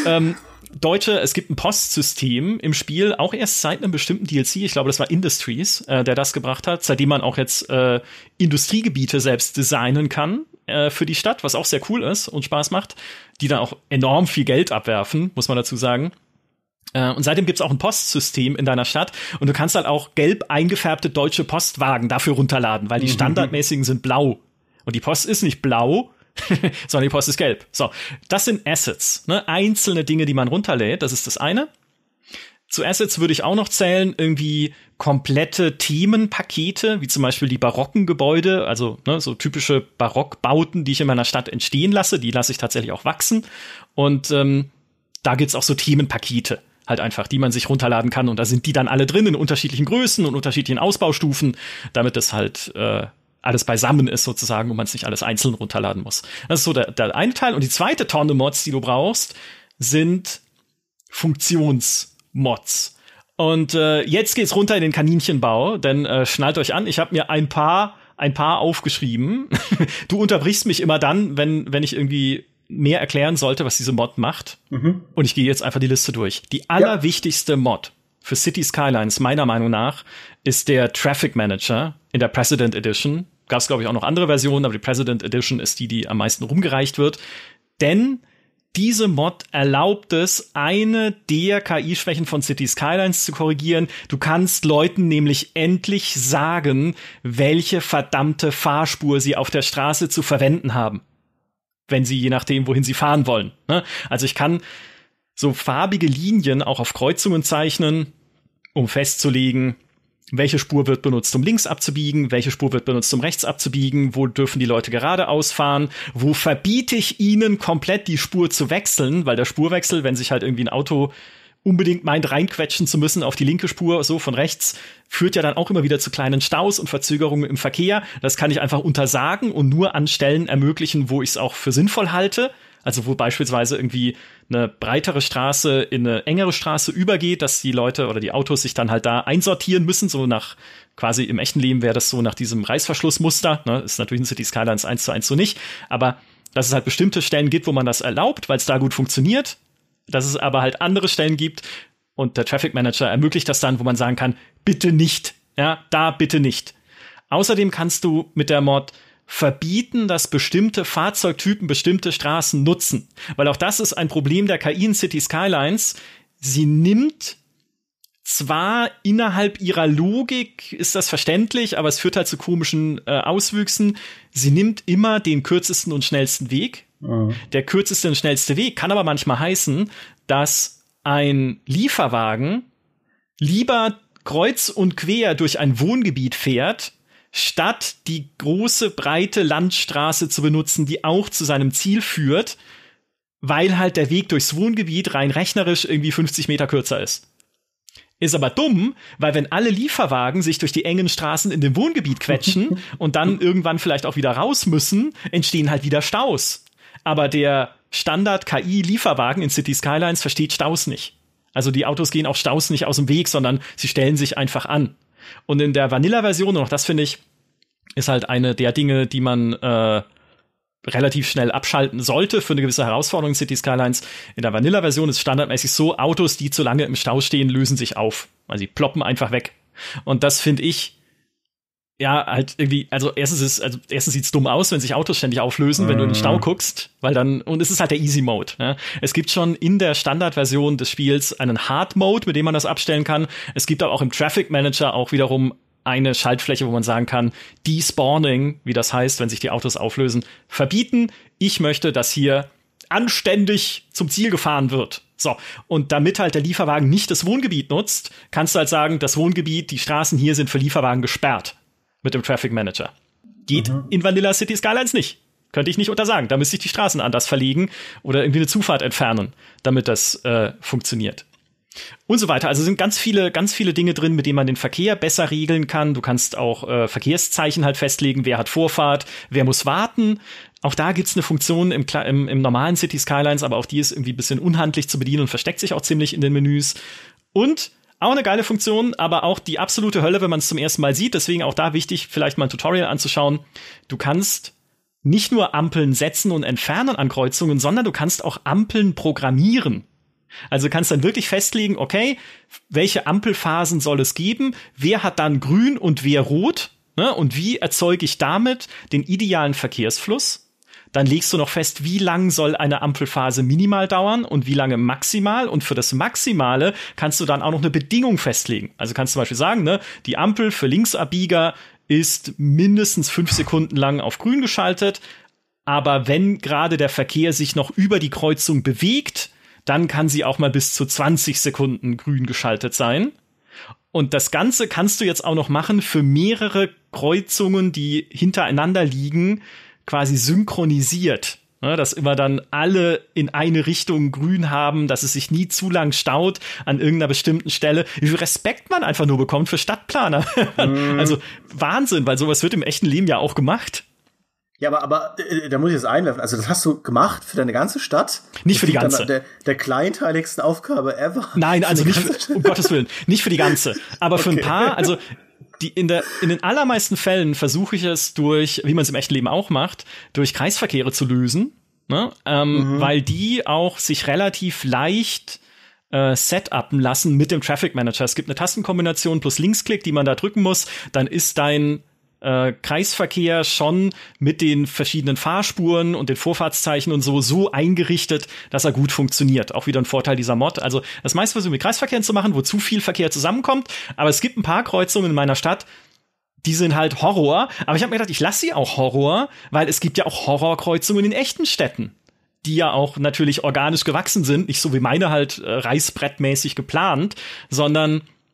Es gibt ein Postsystem im Spiel, auch erst seit einem bestimmten DLC, ich glaube, das war Industries, der das gebracht hat, seitdem man auch jetzt Industriegebiete selbst designen kann für die Stadt, was auch sehr cool ist und Spaß macht, die dann auch enorm viel Geld abwerfen, muss man dazu sagen. Und seitdem gibt's auch ein Postsystem in deiner Stadt und du kannst halt auch gelb eingefärbte deutsche Postwagen dafür runterladen, weil die standardmäßigen sind blau. Und die Post ist nicht blau, sondern die Post ist gelb. So, das sind Assets, ne? Einzelne Dinge, die man runterlädt, das ist das eine. Zu Assets würde ich auch noch zählen, irgendwie komplette Themenpakete, wie zum Beispiel die barocken Gebäude, also ne, so typische Barockbauten, die ich in meiner Stadt entstehen lasse, die lasse ich tatsächlich auch wachsen. Und da gibt's auch so Themenpakete, halt einfach, die man sich runterladen kann. Und da sind die dann alle drin in unterschiedlichen Größen und unterschiedlichen Ausbaustufen, damit das halt alles beisammen ist sozusagen und man es nicht alles einzeln runterladen muss. Das ist so der eine Teil. Und die zweite Tonne Mods, die du brauchst, sind Funktionsmods. Und jetzt geht's runter in den Kaninchenbau, denn schnallt euch an, ich habe mir ein paar aufgeschrieben. Du unterbrichst mich immer dann, wenn ich irgendwie mehr erklären sollte, was diese Mod macht. Und ich gehe jetzt einfach die Liste durch. Die allerwichtigste Mod für Cities Skylines, meiner Meinung nach, ist der Traffic Manager in der President Edition. Gab es, glaube ich, auch noch andere Versionen, aber die President Edition ist die am meisten rumgereicht wird. Denn diese Mod erlaubt es, eine der KI-Schwächen von Cities Skylines zu korrigieren. Du kannst Leuten nämlich endlich sagen, welche verdammte Fahrspur sie auf der Straße zu verwenden haben, wenn sie, je nachdem, wohin sie fahren wollen. Ne? Also ich kann so farbige Linien auch auf Kreuzungen zeichnen, um festzulegen, welche Spur wird benutzt, um links abzubiegen, welche Spur wird benutzt, um rechts abzubiegen, wo dürfen die Leute geradeaus fahren, wo verbiete ich ihnen komplett die Spur zu wechseln, weil der Spurwechsel, wenn sich halt irgendwie ein Auto unbedingt meint, reinquetschen zu müssen auf die linke Spur, so von rechts, führt ja dann auch immer wieder zu kleinen Staus und Verzögerungen im Verkehr. Das kann ich einfach untersagen und nur an Stellen ermöglichen, wo ich es auch für sinnvoll halte. Also wo beispielsweise irgendwie eine breitere Straße in eine engere Straße übergeht, dass die Leute oder die Autos sich dann halt da einsortieren müssen, so nach, quasi im echten Leben wäre das so nach diesem Reißverschlussmuster, ne? Ist natürlich in City Skylines 1:1 so nicht, aber dass es halt bestimmte Stellen gibt, wo man das erlaubt, weil es da gut funktioniert, dass es aber halt andere Stellen gibt und der Traffic Manager ermöglicht das dann, wo man sagen kann, bitte nicht, ja, da bitte nicht. Außerdem kannst du mit der Mod verbieten, dass bestimmte Fahrzeugtypen bestimmte Straßen nutzen. Weil auch das ist ein Problem der KI in City Skylines. Sie nimmt zwar innerhalb ihrer Logik, ist das verständlich, aber es führt halt zu komischen Auswüchsen. Sie nimmt immer den kürzesten und schnellsten Weg. Mhm. Der kürzeste und schnellste Weg kann aber manchmal heißen, dass ein Lieferwagen lieber kreuz und quer durch ein Wohngebiet fährt, statt die große, breite Landstraße zu benutzen, die auch zu seinem Ziel führt, weil halt der Weg durchs Wohngebiet rein rechnerisch irgendwie 50 Meter kürzer ist. Ist aber dumm, weil wenn alle Lieferwagen sich durch die engen Straßen in dem Wohngebiet quetschen und dann irgendwann vielleicht auch wieder raus müssen, entstehen halt wieder Staus. Aber der Standard-KI-Lieferwagen in City Skylines versteht Staus nicht. Also die Autos gehen auch Staus nicht aus dem Weg, sondern sie stellen sich einfach an. Und in der Vanilla-Version, und auch das finde ich, ist halt eine der Dinge, die man relativ schnell abschalten sollte für eine gewisse Herausforderung in City Skylines. In der Vanilla-Version ist standardmäßig so, Autos, die zu lange im Stau stehen, lösen sich auf. Also sie ploppen einfach weg. Und das finde ich, ja, halt irgendwie, also erstens sieht's dumm aus, wenn sich Autos ständig auflösen, wenn du in den Stau guckst, weil dann, und es ist halt der Easy Mode, ja. Es gibt schon in der Standardversion des Spiels einen Hard Mode, mit dem man das abstellen kann. Es gibt aber auch im Traffic Manager auch wiederum eine Schaltfläche, wo man sagen kann, Despawning, wie das heißt, wenn sich die Autos auflösen, verbieten. Ich möchte, dass hier anständig zum Ziel gefahren wird. So, und damit halt der Lieferwagen nicht das Wohngebiet nutzt, kannst du halt sagen, das Wohngebiet, die Straßen hier sind für Lieferwagen gesperrt. Mit dem Traffic Manager. Geht in Vanilla City Skylines nicht. Könnte ich nicht untersagen. Da müsste ich die Straßen anders verlegen oder irgendwie eine Zufahrt entfernen, damit das funktioniert. Und so weiter. Also sind ganz viele Dinge drin, mit denen man den Verkehr besser regeln kann. Du kannst auch Verkehrszeichen halt festlegen, wer hat Vorfahrt, wer muss warten. Auch da gibt's eine Funktion im normalen City Skylines, aber auch die ist irgendwie ein bisschen unhandlich zu bedienen und versteckt sich auch ziemlich in den Menüs. Und auch eine geile Funktion, aber auch die absolute Hölle, wenn man es zum ersten Mal sieht. Deswegen auch da wichtig, vielleicht mal ein Tutorial anzuschauen. Du kannst nicht nur Ampeln setzen und entfernen an Kreuzungen, sondern du kannst auch Ampeln programmieren. Also du kannst dann wirklich festlegen, okay, welche Ampelphasen soll es geben? Wer hat dann grün und wer rot? Ne? Und wie erzeuge ich damit den idealen Verkehrsfluss? Dann legst du noch fest, wie lang soll eine Ampelphase minimal dauern und wie lange maximal. Und für das Maximale kannst du dann auch noch eine Bedingung festlegen. Also kannst du zum Beispiel sagen, ne, die Ampel für Linksabbieger ist mindestens 5 Sekunden lang auf grün geschaltet. Aber wenn gerade der Verkehr sich noch über die Kreuzung bewegt, dann kann sie auch mal bis zu 20 Sekunden grün geschaltet sein. Und das Ganze kannst du jetzt auch noch machen für mehrere Kreuzungen, die hintereinander liegen, quasi synchronisiert, ne, dass immer dann alle in eine Richtung grün haben, dass es sich nie zu lang staut an irgendeiner bestimmten Stelle. Wie viel Respekt man einfach nur bekommt für Stadtplaner. Also Wahnsinn, weil sowas wird im echten Leben ja auch gemacht. Ja, aber da muss ich jetzt einwerfen. Also das hast du gemacht für deine ganze Stadt? Nicht für die ganze. Der kleinteiligsten Aufgabe ever. Nein, also nicht für, um Gottes Willen, nicht für die ganze. Aber für ein paar, also in den allermeisten Fällen versuche ich es durch, wie man es im echten Leben auch macht, durch Kreisverkehre zu lösen, ne? Weil die auch sich relativ leicht setupen lassen mit dem Traffic Manager. Es gibt eine Tastenkombination plus Linksklick, die man da drücken muss. Dann ist dein Kreisverkehr schon mit den verschiedenen Fahrspuren und den Vorfahrtszeichen und so eingerichtet, dass er gut funktioniert. Auch wieder ein Vorteil dieser Mod. Also das meiste versuche ich mit Kreisverkehren zu machen, wo zu viel Verkehr zusammenkommt. Aber es gibt ein paar Kreuzungen in meiner Stadt, die sind halt Horror. Aber ich habe mir gedacht, ich lasse sie auch Horror, weil es gibt ja auch Horrorkreuzungen in echten Städten, die ja auch natürlich organisch gewachsen sind. Nicht so wie meine halt reißbrettmäßig geplant, sondern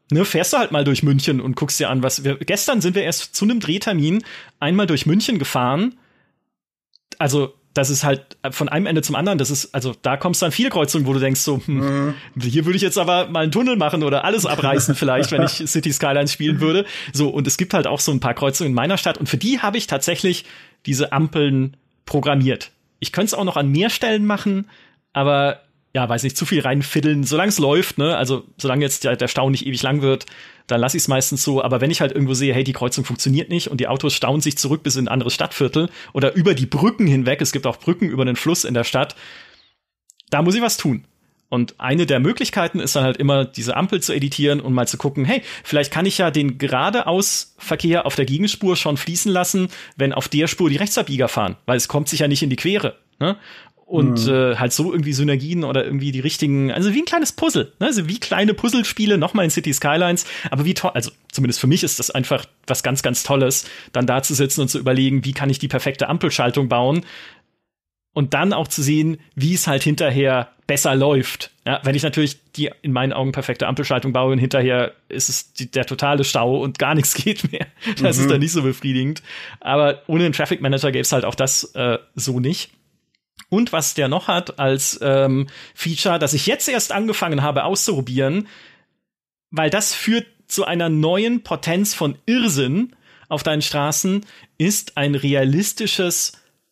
fährst du halt mal durch München und guckst dir an, gestern sind wir erst zu einem Drehtermin einmal durch München gefahren. Also, das ist halt von einem Ende zum anderen, da kommst du an viele Kreuzungen, wo du denkst so, hier würde ich jetzt aber mal einen Tunnel machen oder alles abreißen vielleicht, wenn ich City Skylines spielen würde. So, und es gibt halt auch so ein paar Kreuzungen in meiner Stadt und für die habe ich tatsächlich diese Ampeln programmiert. Ich könnte es auch noch an mehr Stellen machen, aber ja, weiß nicht, zu viel reinfiddeln, solange es läuft, ne? Also, solange jetzt der Stau nicht ewig lang wird, dann lasse ich es meistens so. Aber wenn ich halt irgendwo sehe, hey, die Kreuzung funktioniert nicht und die Autos stauen sich zurück bis in ein anderes Stadtviertel oder über die Brücken hinweg, es gibt auch Brücken über den Fluss in der Stadt, da muss ich was tun. Und eine der Möglichkeiten ist dann halt immer, diese Ampel zu editieren und mal zu gucken, hey, vielleicht kann ich ja den Geradeausverkehr auf der Gegenspur schon fließen lassen, wenn auf der Spur die Rechtsabbieger fahren, weil es kommt sich ja nicht in die Quere, ne? Und halt so irgendwie Synergien oder irgendwie die richtigen, also wie ein kleines Puzzle, ne? Also wie kleine Puzzlespiele, nochmal in City Skylines, aber wie toll, also zumindest für mich ist das einfach was ganz, ganz Tolles, dann da zu sitzen und zu überlegen, wie kann ich die perfekte Ampelschaltung bauen und dann auch zu sehen, wie es halt hinterher besser läuft. Ja, wenn ich natürlich die in meinen Augen perfekte Ampelschaltung baue und hinterher ist es der totale Stau und gar nichts geht mehr. Das ist dann nicht so befriedigend. Aber ohne einen Traffic Manager gäbe es halt auch das so nicht. Und was der noch hat als Feature, das ich jetzt erst angefangen habe auszuprobieren, weil das führt zu einer neuen Potenz von Irrsinn auf deinen Straßen, ist ein realistisches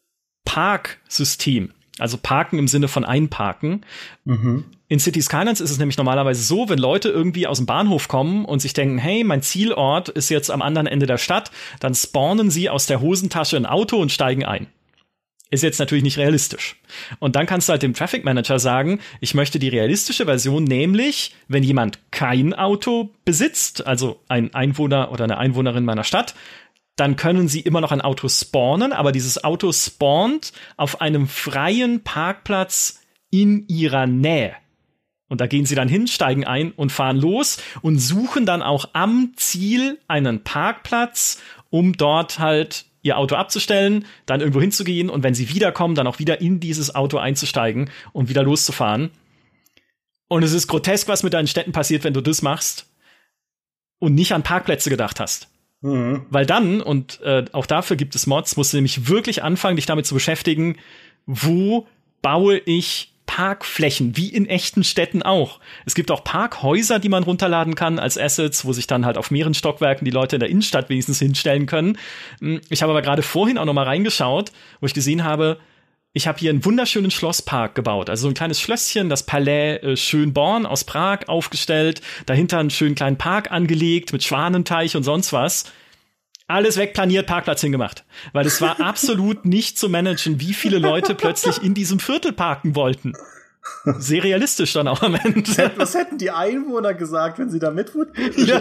Parksystem. Also Parken im Sinne von Einparken. In City Skylines ist es nämlich normalerweise so, wenn Leute irgendwie aus dem Bahnhof kommen und sich denken, hey, mein Zielort ist jetzt am anderen Ende der Stadt, dann spawnen sie aus der Hosentasche ein Auto und steigen ein. Ist jetzt natürlich nicht realistisch. Und dann kannst du halt dem Traffic Manager sagen, ich möchte die realistische Version, nämlich, wenn jemand kein Auto besitzt, also ein Einwohner oder eine Einwohnerin meiner Stadt, dann können sie immer noch ein Auto spawnen, aber dieses Auto spawnt auf einem freien Parkplatz in ihrer Nähe. Und da gehen sie dann hin, steigen ein und fahren los und suchen dann auch am Ziel einen Parkplatz, um dort halt ihr Auto abzustellen, dann irgendwo hinzugehen und wenn sie wiederkommen, dann auch wieder in dieses Auto einzusteigen und wieder loszufahren. Und es ist grotesk, was mit deinen Städten passiert, wenn du das machst und nicht an Parkplätze gedacht hast. Weil dann, und auch dafür gibt es Mods, musst du nämlich wirklich anfangen, dich damit zu beschäftigen, wo baue ich Parkflächen, wie in echten Städten auch. Es gibt auch Parkhäuser, die man runterladen kann als Assets, wo sich dann halt auf mehreren Stockwerken die Leute in der Innenstadt wenigstens hinstellen können. Ich habe aber gerade vorhin auch noch mal reingeschaut, wo ich gesehen habe, ich habe hier einen wunderschönen Schlosspark gebaut. Also so ein kleines Schlösschen, das Palais Schönborn aus Prag aufgestellt. Dahinter einen schönen kleinen Park angelegt mit Schwanenteich und sonst was. Alles wegplaniert, Parkplatz hingemacht. Weil es war absolut nicht zu managen, wie viele Leute plötzlich in diesem Viertel parken wollten. Sehr realistisch dann auch am Ende. Was hätten die Einwohner gesagt, wenn sie da mitwurden? Ja.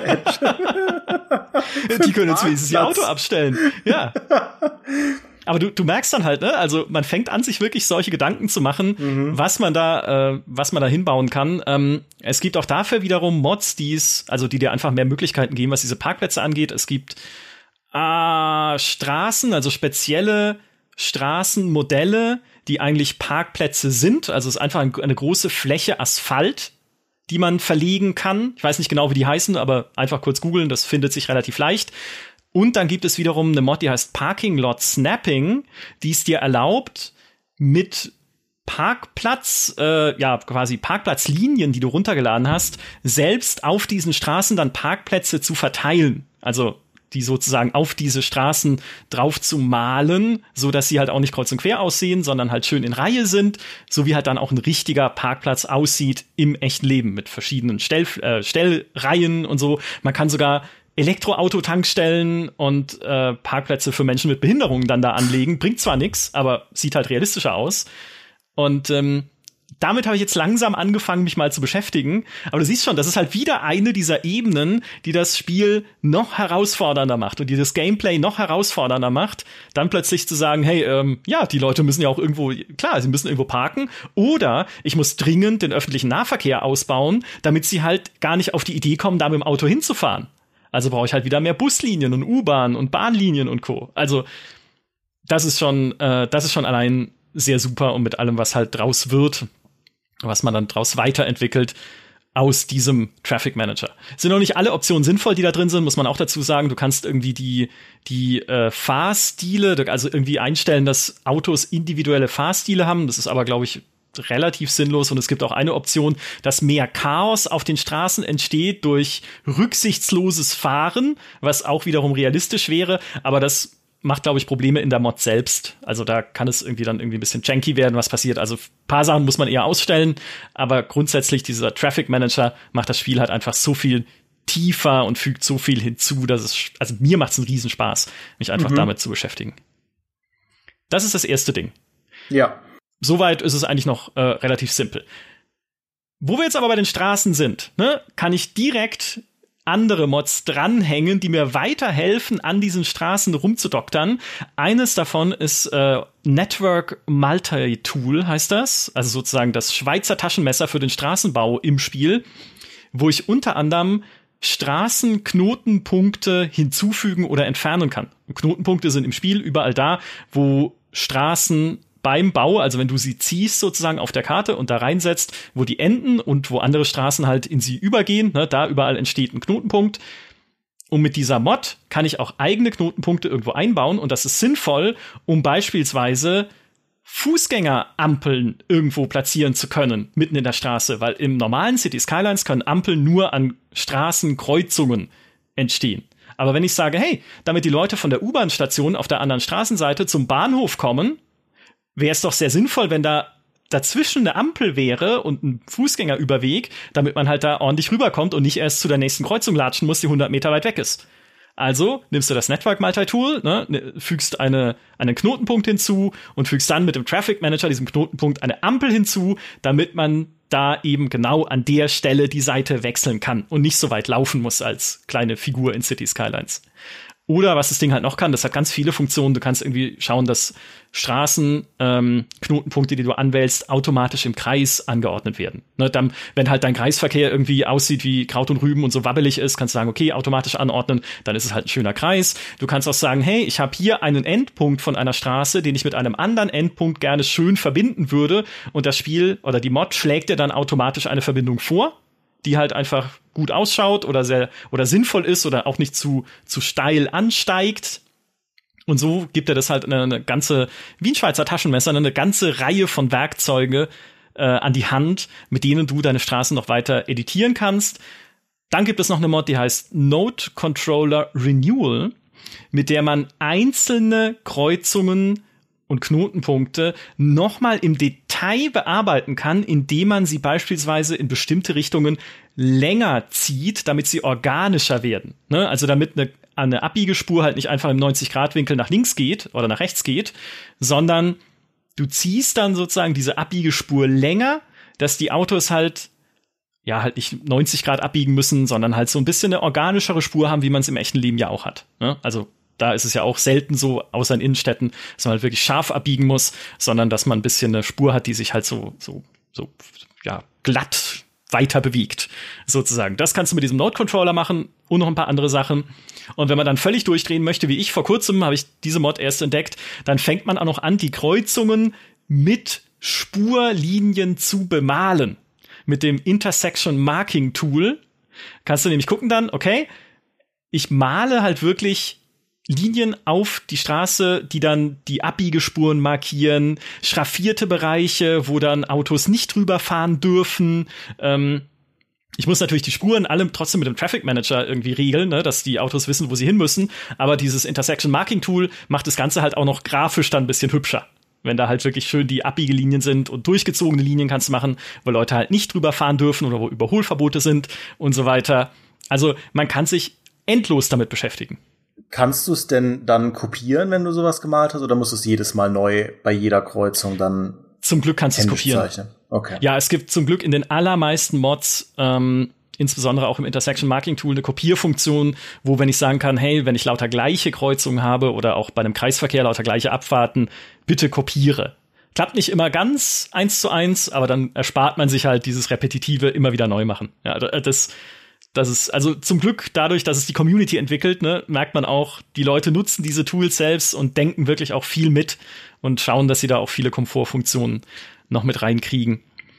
Die können jetzt wenigstens ihr Auto abstellen. Ja. Aber du merkst dann halt, ne, also man fängt an, sich wirklich solche Gedanken zu machen, was man da hinbauen kann. Es gibt auch dafür wiederum Mods, die dir einfach mehr Möglichkeiten geben, was diese Parkplätze angeht. Es gibt Straßen, also spezielle Straßenmodelle, die eigentlich Parkplätze sind. Also es ist einfach eine große Fläche Asphalt, die man verlegen kann. Ich weiß nicht genau, wie die heißen, aber einfach kurz googeln, das findet sich relativ leicht. Und dann gibt es wiederum eine Mod, die heißt Parking Lot Snapping, die es dir erlaubt, mit quasi Parkplatzlinien, die du runtergeladen hast, selbst auf diesen Straßen dann Parkplätze zu verteilen. Also die sozusagen auf diese Straßen drauf zu malen, so dass sie halt auch nicht kreuz und quer aussehen, sondern halt schön in Reihe sind, so wie halt dann auch ein richtiger Parkplatz aussieht im echten Leben mit verschiedenen Stellreihen und so. Man kann sogar Elektroauto-Tankstellen und Parkplätze für Menschen mit Behinderungen dann da anlegen. Bringt zwar nichts, aber sieht halt realistischer aus. Und damit habe ich jetzt langsam angefangen, mich mal zu beschäftigen. Aber du siehst schon, das ist halt wieder eine dieser Ebenen, die das Spiel noch herausfordernder macht und die das Gameplay noch herausfordernder macht. Dann plötzlich zu sagen, hey, die Leute müssen ja auch irgendwo, klar, sie müssen irgendwo parken. Oder ich muss dringend den öffentlichen Nahverkehr ausbauen, damit sie halt gar nicht auf die Idee kommen, da mit dem Auto hinzufahren. Also brauche ich halt wieder mehr Buslinien und U-Bahn und Bahnlinien und Co. Also das ist schon allein sehr super und mit allem, was halt draus wird, was man dann draus weiterentwickelt, aus diesem Traffic Manager. Sind noch nicht alle Optionen sinnvoll, die da drin sind, muss man auch dazu sagen. Du kannst irgendwie die Fahrstile, also irgendwie einstellen, dass Autos individuelle Fahrstile haben. Das ist aber, glaube ich, relativ sinnlos. Und es gibt auch eine Option, dass mehr Chaos auf den Straßen entsteht durch rücksichtsloses Fahren, was auch wiederum realistisch wäre. Aber das macht, glaube ich, Probleme in der Mod selbst. Also da kann es irgendwie dann irgendwie ein bisschen janky werden, was passiert. Also ein paar Sachen muss man eher ausstellen, aber grundsätzlich dieser Traffic Manager macht das Spiel halt einfach so viel tiefer und fügt so viel hinzu, dass also mir macht es einen Riesenspaß, mich einfach damit zu beschäftigen. Das ist das erste Ding. Ja. Soweit ist es eigentlich noch relativ simpel. Wo wir jetzt aber bei den Straßen sind, ne, kann ich direkt andere Mods dranhängen, die mir weiterhelfen, an diesen Straßen rumzudoktern. Eines davon ist Network Multi-Tool, heißt das. Also sozusagen das Schweizer Taschenmesser für den Straßenbau im Spiel, wo ich unter anderem Straßenknotenpunkte hinzufügen oder entfernen kann. Und Knotenpunkte sind im Spiel überall da, wo Straßen beim Bau, also wenn du sie ziehst sozusagen auf der Karte und da reinsetzt, wo die enden und wo andere Straßen halt in sie übergehen, ne, da überall entsteht ein Knotenpunkt. Und mit dieser Mod kann ich auch eigene Knotenpunkte irgendwo einbauen und das ist sinnvoll, um beispielsweise Fußgängerampeln irgendwo platzieren zu können, mitten in der Straße, weil im normalen City Skylines können Ampeln nur an Straßenkreuzungen entstehen. Aber wenn ich sage, hey, damit die Leute von der U-Bahn-Station auf der anderen Straßenseite zum Bahnhof kommen, wäre es doch sehr sinnvoll, wenn da dazwischen eine Ampel wäre und ein Fußgängerüberweg, damit man halt da ordentlich rüberkommt und nicht erst zu der nächsten Kreuzung latschen muss, die 100 Meter weit weg ist. Also nimmst du das Network Multi-Tool, ne, fügst einen Knotenpunkt hinzu und fügst dann mit dem Traffic Manager diesem Knotenpunkt eine Ampel hinzu, damit man da eben genau an der Stelle die Seite wechseln kann und nicht so weit laufen muss als kleine Figur in City Skylines. Oder was das Ding halt noch kann, das hat ganz viele Funktionen. Du kannst irgendwie schauen, dass Straßen, Knotenpunkte, die du anwählst, automatisch im Kreis angeordnet werden. Ne, dann, wenn halt dein Kreisverkehr irgendwie aussieht wie Kraut und Rüben und so wabbelig ist, kannst du sagen, okay, automatisch anordnen, dann ist es halt ein schöner Kreis. Du kannst auch sagen, hey, ich habe hier einen Endpunkt von einer Straße, den ich mit einem anderen Endpunkt gerne schön verbinden würde. Und das Spiel oder die Mod schlägt dir dann automatisch eine Verbindung vor, die halt einfach gut ausschaut oder sinnvoll ist oder auch nicht zu steil ansteigt. Und so gibt er das halt eine ganze, wie ein Schweizer Taschenmesser, eine ganze Reihe von Werkzeuge an die Hand, mit denen du deine Straßen noch weiter editieren kannst. Dann gibt es noch eine Mod, die heißt Node Controller Renewal, mit der man einzelne Kreuzungen und Knotenpunkte nochmal im Detail bearbeiten kann, indem man sie beispielsweise in bestimmte Richtungen länger zieht, damit sie organischer werden. Ne? Also damit eine Abbiegespur halt nicht einfach im 90-Grad-Winkel nach links geht oder nach rechts geht, sondern du ziehst dann sozusagen diese Abbiegespur länger, dass die Autos halt nicht 90 Grad abbiegen müssen, sondern halt so ein bisschen eine organischere Spur haben, wie man es im echten Leben ja auch hat. Ne? Also da ist es ja auch selten so, außer in Innenstädten, dass man halt wirklich scharf abbiegen muss, sondern dass man ein bisschen eine Spur hat, die sich halt so glatt weiter bewegt, sozusagen. Das kannst du mit diesem Node-Controller machen und noch ein paar andere Sachen. Und wenn man dann völlig durchdrehen möchte, wie ich vor kurzem, habe ich diese Mod erst entdeckt, dann fängt man auch noch an, die Kreuzungen mit Spurlinien zu bemalen. Mit dem Intersection Marking Tool kannst du nämlich gucken dann, okay, ich male halt wirklich Linien auf die Straße, die dann die Abbiegespuren markieren, schraffierte Bereiche, wo dann Autos nicht drüber fahren dürfen. Ich muss natürlich die Spuren alle trotzdem mit dem Traffic Manager irgendwie regeln, ne, dass die Autos wissen, wo sie hin müssen. Aber dieses Intersection Marking Tool macht das Ganze halt auch noch grafisch dann ein bisschen hübscher. Wenn da halt wirklich schön die Abbiegelinien sind und durchgezogene Linien kannst du machen, wo Leute halt nicht drüber fahren dürfen oder wo Überholverbote sind und so weiter. Also man kann sich endlos damit beschäftigen. Kannst du es denn dann kopieren, wenn du sowas gemalt hast, oder musst du es jedes Mal neu bei jeder Kreuzung dann zum Glück kannst du es kopieren. Zeichnen? Okay. Ja, es gibt zum Glück in den allermeisten Mods, insbesondere auch im Intersection Marking Tool, eine Kopierfunktion, wo, wenn ich sagen kann, hey, wenn ich lauter gleiche Kreuzungen habe oder auch bei einem Kreisverkehr lauter gleiche Abfahrten, bitte kopiere. Klappt nicht immer ganz 1:1, aber dann erspart man sich halt dieses repetitive immer wieder neu machen. Ja, das ist, also zum Glück dadurch, dass es die Community entwickelt, ne, merkt man auch, die Leute nutzen diese Tools selbst und denken wirklich auch viel mit und schauen, dass sie da auch viele Komfortfunktionen noch mit reinkriegen.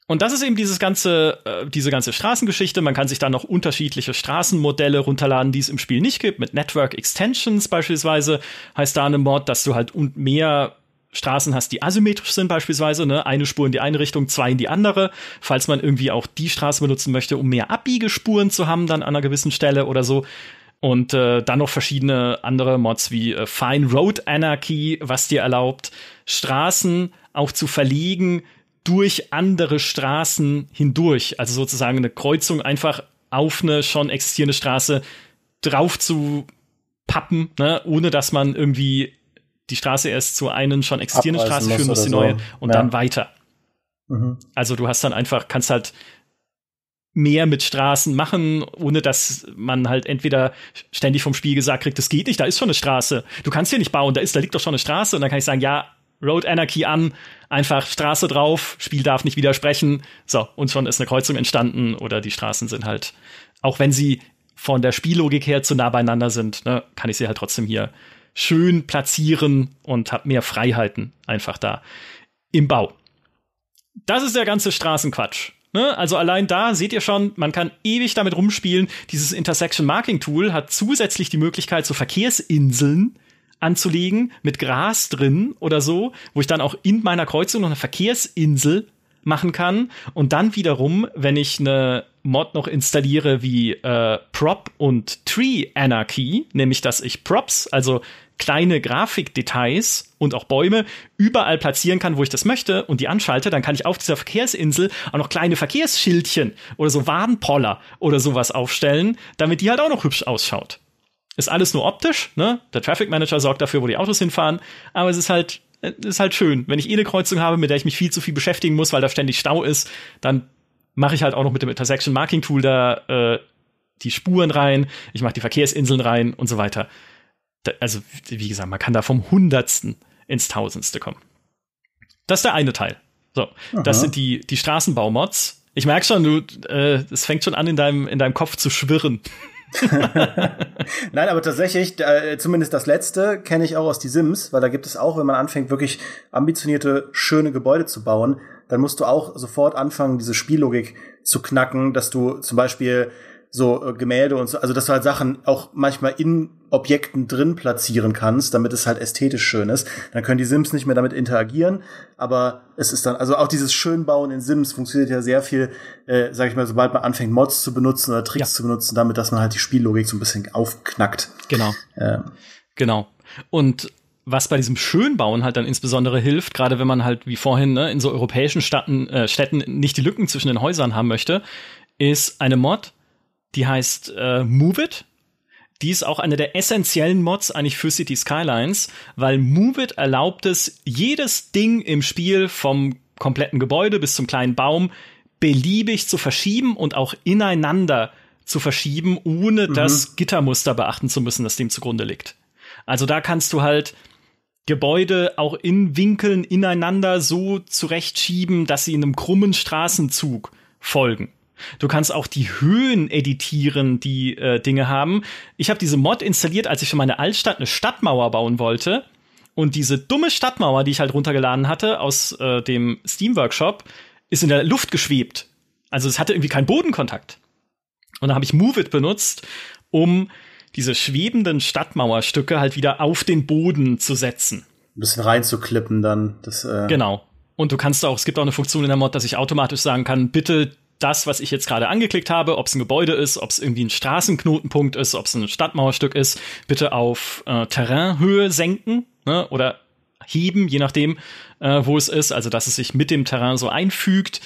Und das ist eben diese ganze Straßengeschichte. Man kann sich dann noch unterschiedliche Straßenmodelle runterladen, die es im Spiel nicht gibt. Mit Network Extensions beispielsweise heißt da eine Mod, dass du halt mehr Straßen hast, die asymmetrisch sind beispielsweise. Ne? Eine Spur in die eine Richtung, 2 in die andere. Falls man irgendwie auch die Straße benutzen möchte, um mehr Abbiegespuren zu haben dann an einer gewissen Stelle oder so. Und dann noch verschiedene andere Mods wie Fine Road Anarchy, was dir erlaubt, Straßen auch zu verlegen durch andere Straßen hindurch. Also sozusagen eine Kreuzung einfach auf eine schon existierende Straße drauf zu pappen, ne? Ohne dass man irgendwie die Straße erst zu einer schon existierenden Straße führen muss, die neue, und dann weiter. Mhm. Also du hast dann einfach, kannst halt mehr mit Straßen machen, ohne dass man halt entweder ständig vom Spiel gesagt kriegt, das geht nicht, da ist schon eine Straße. Du kannst hier nicht bauen, da liegt doch schon eine Straße. Und dann kann ich sagen, ja, Road Anarchy an, einfach Straße drauf, Spiel darf nicht widersprechen. So, und schon ist eine Kreuzung entstanden oder die Straßen sind halt, auch wenn sie von der Spiellogik her zu nah beieinander sind, ne, kann ich sie halt trotzdem hier schön platzieren und habe mehr Freiheiten einfach da im Bau. Das ist der ganze Straßenquatsch. Ne? Also allein da seht ihr schon, man kann ewig damit rumspielen. Dieses Intersection Marking Tool hat zusätzlich die Möglichkeit, so Verkehrsinseln anzulegen mit Gras drin oder so, wo ich dann auch in meiner Kreuzung noch eine Verkehrsinsel machen kann. Und dann wiederum, wenn ich eine Mod noch installiere wie Prop und Tree Anarchy, nämlich dass ich Props, also kleine Grafikdetails und auch Bäume überall platzieren kann, wo ich das möchte und die anschalte, dann kann ich auf dieser Verkehrsinsel auch noch kleine Verkehrsschildchen oder so Warnpoller oder sowas aufstellen, damit die halt auch noch hübsch ausschaut. Ist alles nur optisch, ne? Der Traffic Manager sorgt dafür, wo die Autos hinfahren, aber es ist halt schön. Wenn ich eine Kreuzung habe, mit der ich mich viel zu viel beschäftigen muss, weil da ständig Stau ist, dann mache ich halt auch noch mit dem Intersection Marking Tool da die Spuren rein, ich mache die Verkehrsinseln rein und so weiter. Also, wie gesagt, man kann da vom Hundertsten ins Tausendste kommen. Das ist der eine Teil. So, das sind die Straßenbaumods. Ich merke schon, es fängt schon an, in deinem Kopf zu schwirren. Nein, aber tatsächlich, zumindest das letzte kenne ich auch aus die Sims, weil da gibt es auch, wenn man anfängt, wirklich ambitionierte, schöne Gebäude zu bauen, dann musst du auch sofort anfangen, diese Spiellogik zu knacken, dass du zum Beispiel so Gemälde und so, also dass du halt Sachen auch manchmal in Objekten drin platzieren kannst, damit es halt ästhetisch schön ist. Dann können die Sims nicht mehr damit interagieren, aber es ist dann, also auch dieses Schönbauen in Sims funktioniert ja sehr viel, sag ich mal, sobald man anfängt, Mods zu benutzen oder Tricks zu benutzen, damit, dass man halt die Spiellogik so ein bisschen aufknackt. Genau. Genau. Und was bei diesem Schönbauen halt dann insbesondere hilft, gerade wenn man halt wie vorhin in so europäischen Städten nicht die Lücken zwischen den Häusern haben möchte, ist eine Mod, die heißt Move It. Die ist auch eine der essentiellen Mods eigentlich für City Skylines, weil Move It erlaubt es, jedes Ding im Spiel vom kompletten Gebäude bis zum kleinen Baum beliebig zu verschieben und auch ineinander zu verschieben, ohne das Gittermuster beachten zu müssen, das dem zugrunde liegt. Also da kannst du halt Gebäude auch in Winkeln ineinander so zurechtschieben, dass sie in einem krummen Straßenzug folgen. Du kannst auch die Höhen editieren, die Dinge haben. Ich habe diese Mod installiert, als ich für meine Altstadt eine Stadtmauer bauen wollte. Und diese dumme Stadtmauer, die ich halt runtergeladen hatte aus dem Steam-Workshop, ist in der Luft geschwebt. Also es hatte irgendwie keinen Bodenkontakt. Und dann habe ich Move It benutzt, um diese schwebenden Stadtmauerstücke halt wieder auf den Boden zu setzen. Ein bisschen reinzuklippen dann. Genau. Und du kannst auch, es gibt auch eine Funktion in der Mod, dass ich automatisch sagen kann, bitte das, was ich jetzt gerade angeklickt habe, ob es ein Gebäude ist, ob es irgendwie ein Straßenknotenpunkt ist, ob es ein Stadtmauerstück ist, bitte auf Terrainhöhe senken, ne, oder heben, je nachdem, wo es ist, also dass es sich mit dem Terrain so einfügt.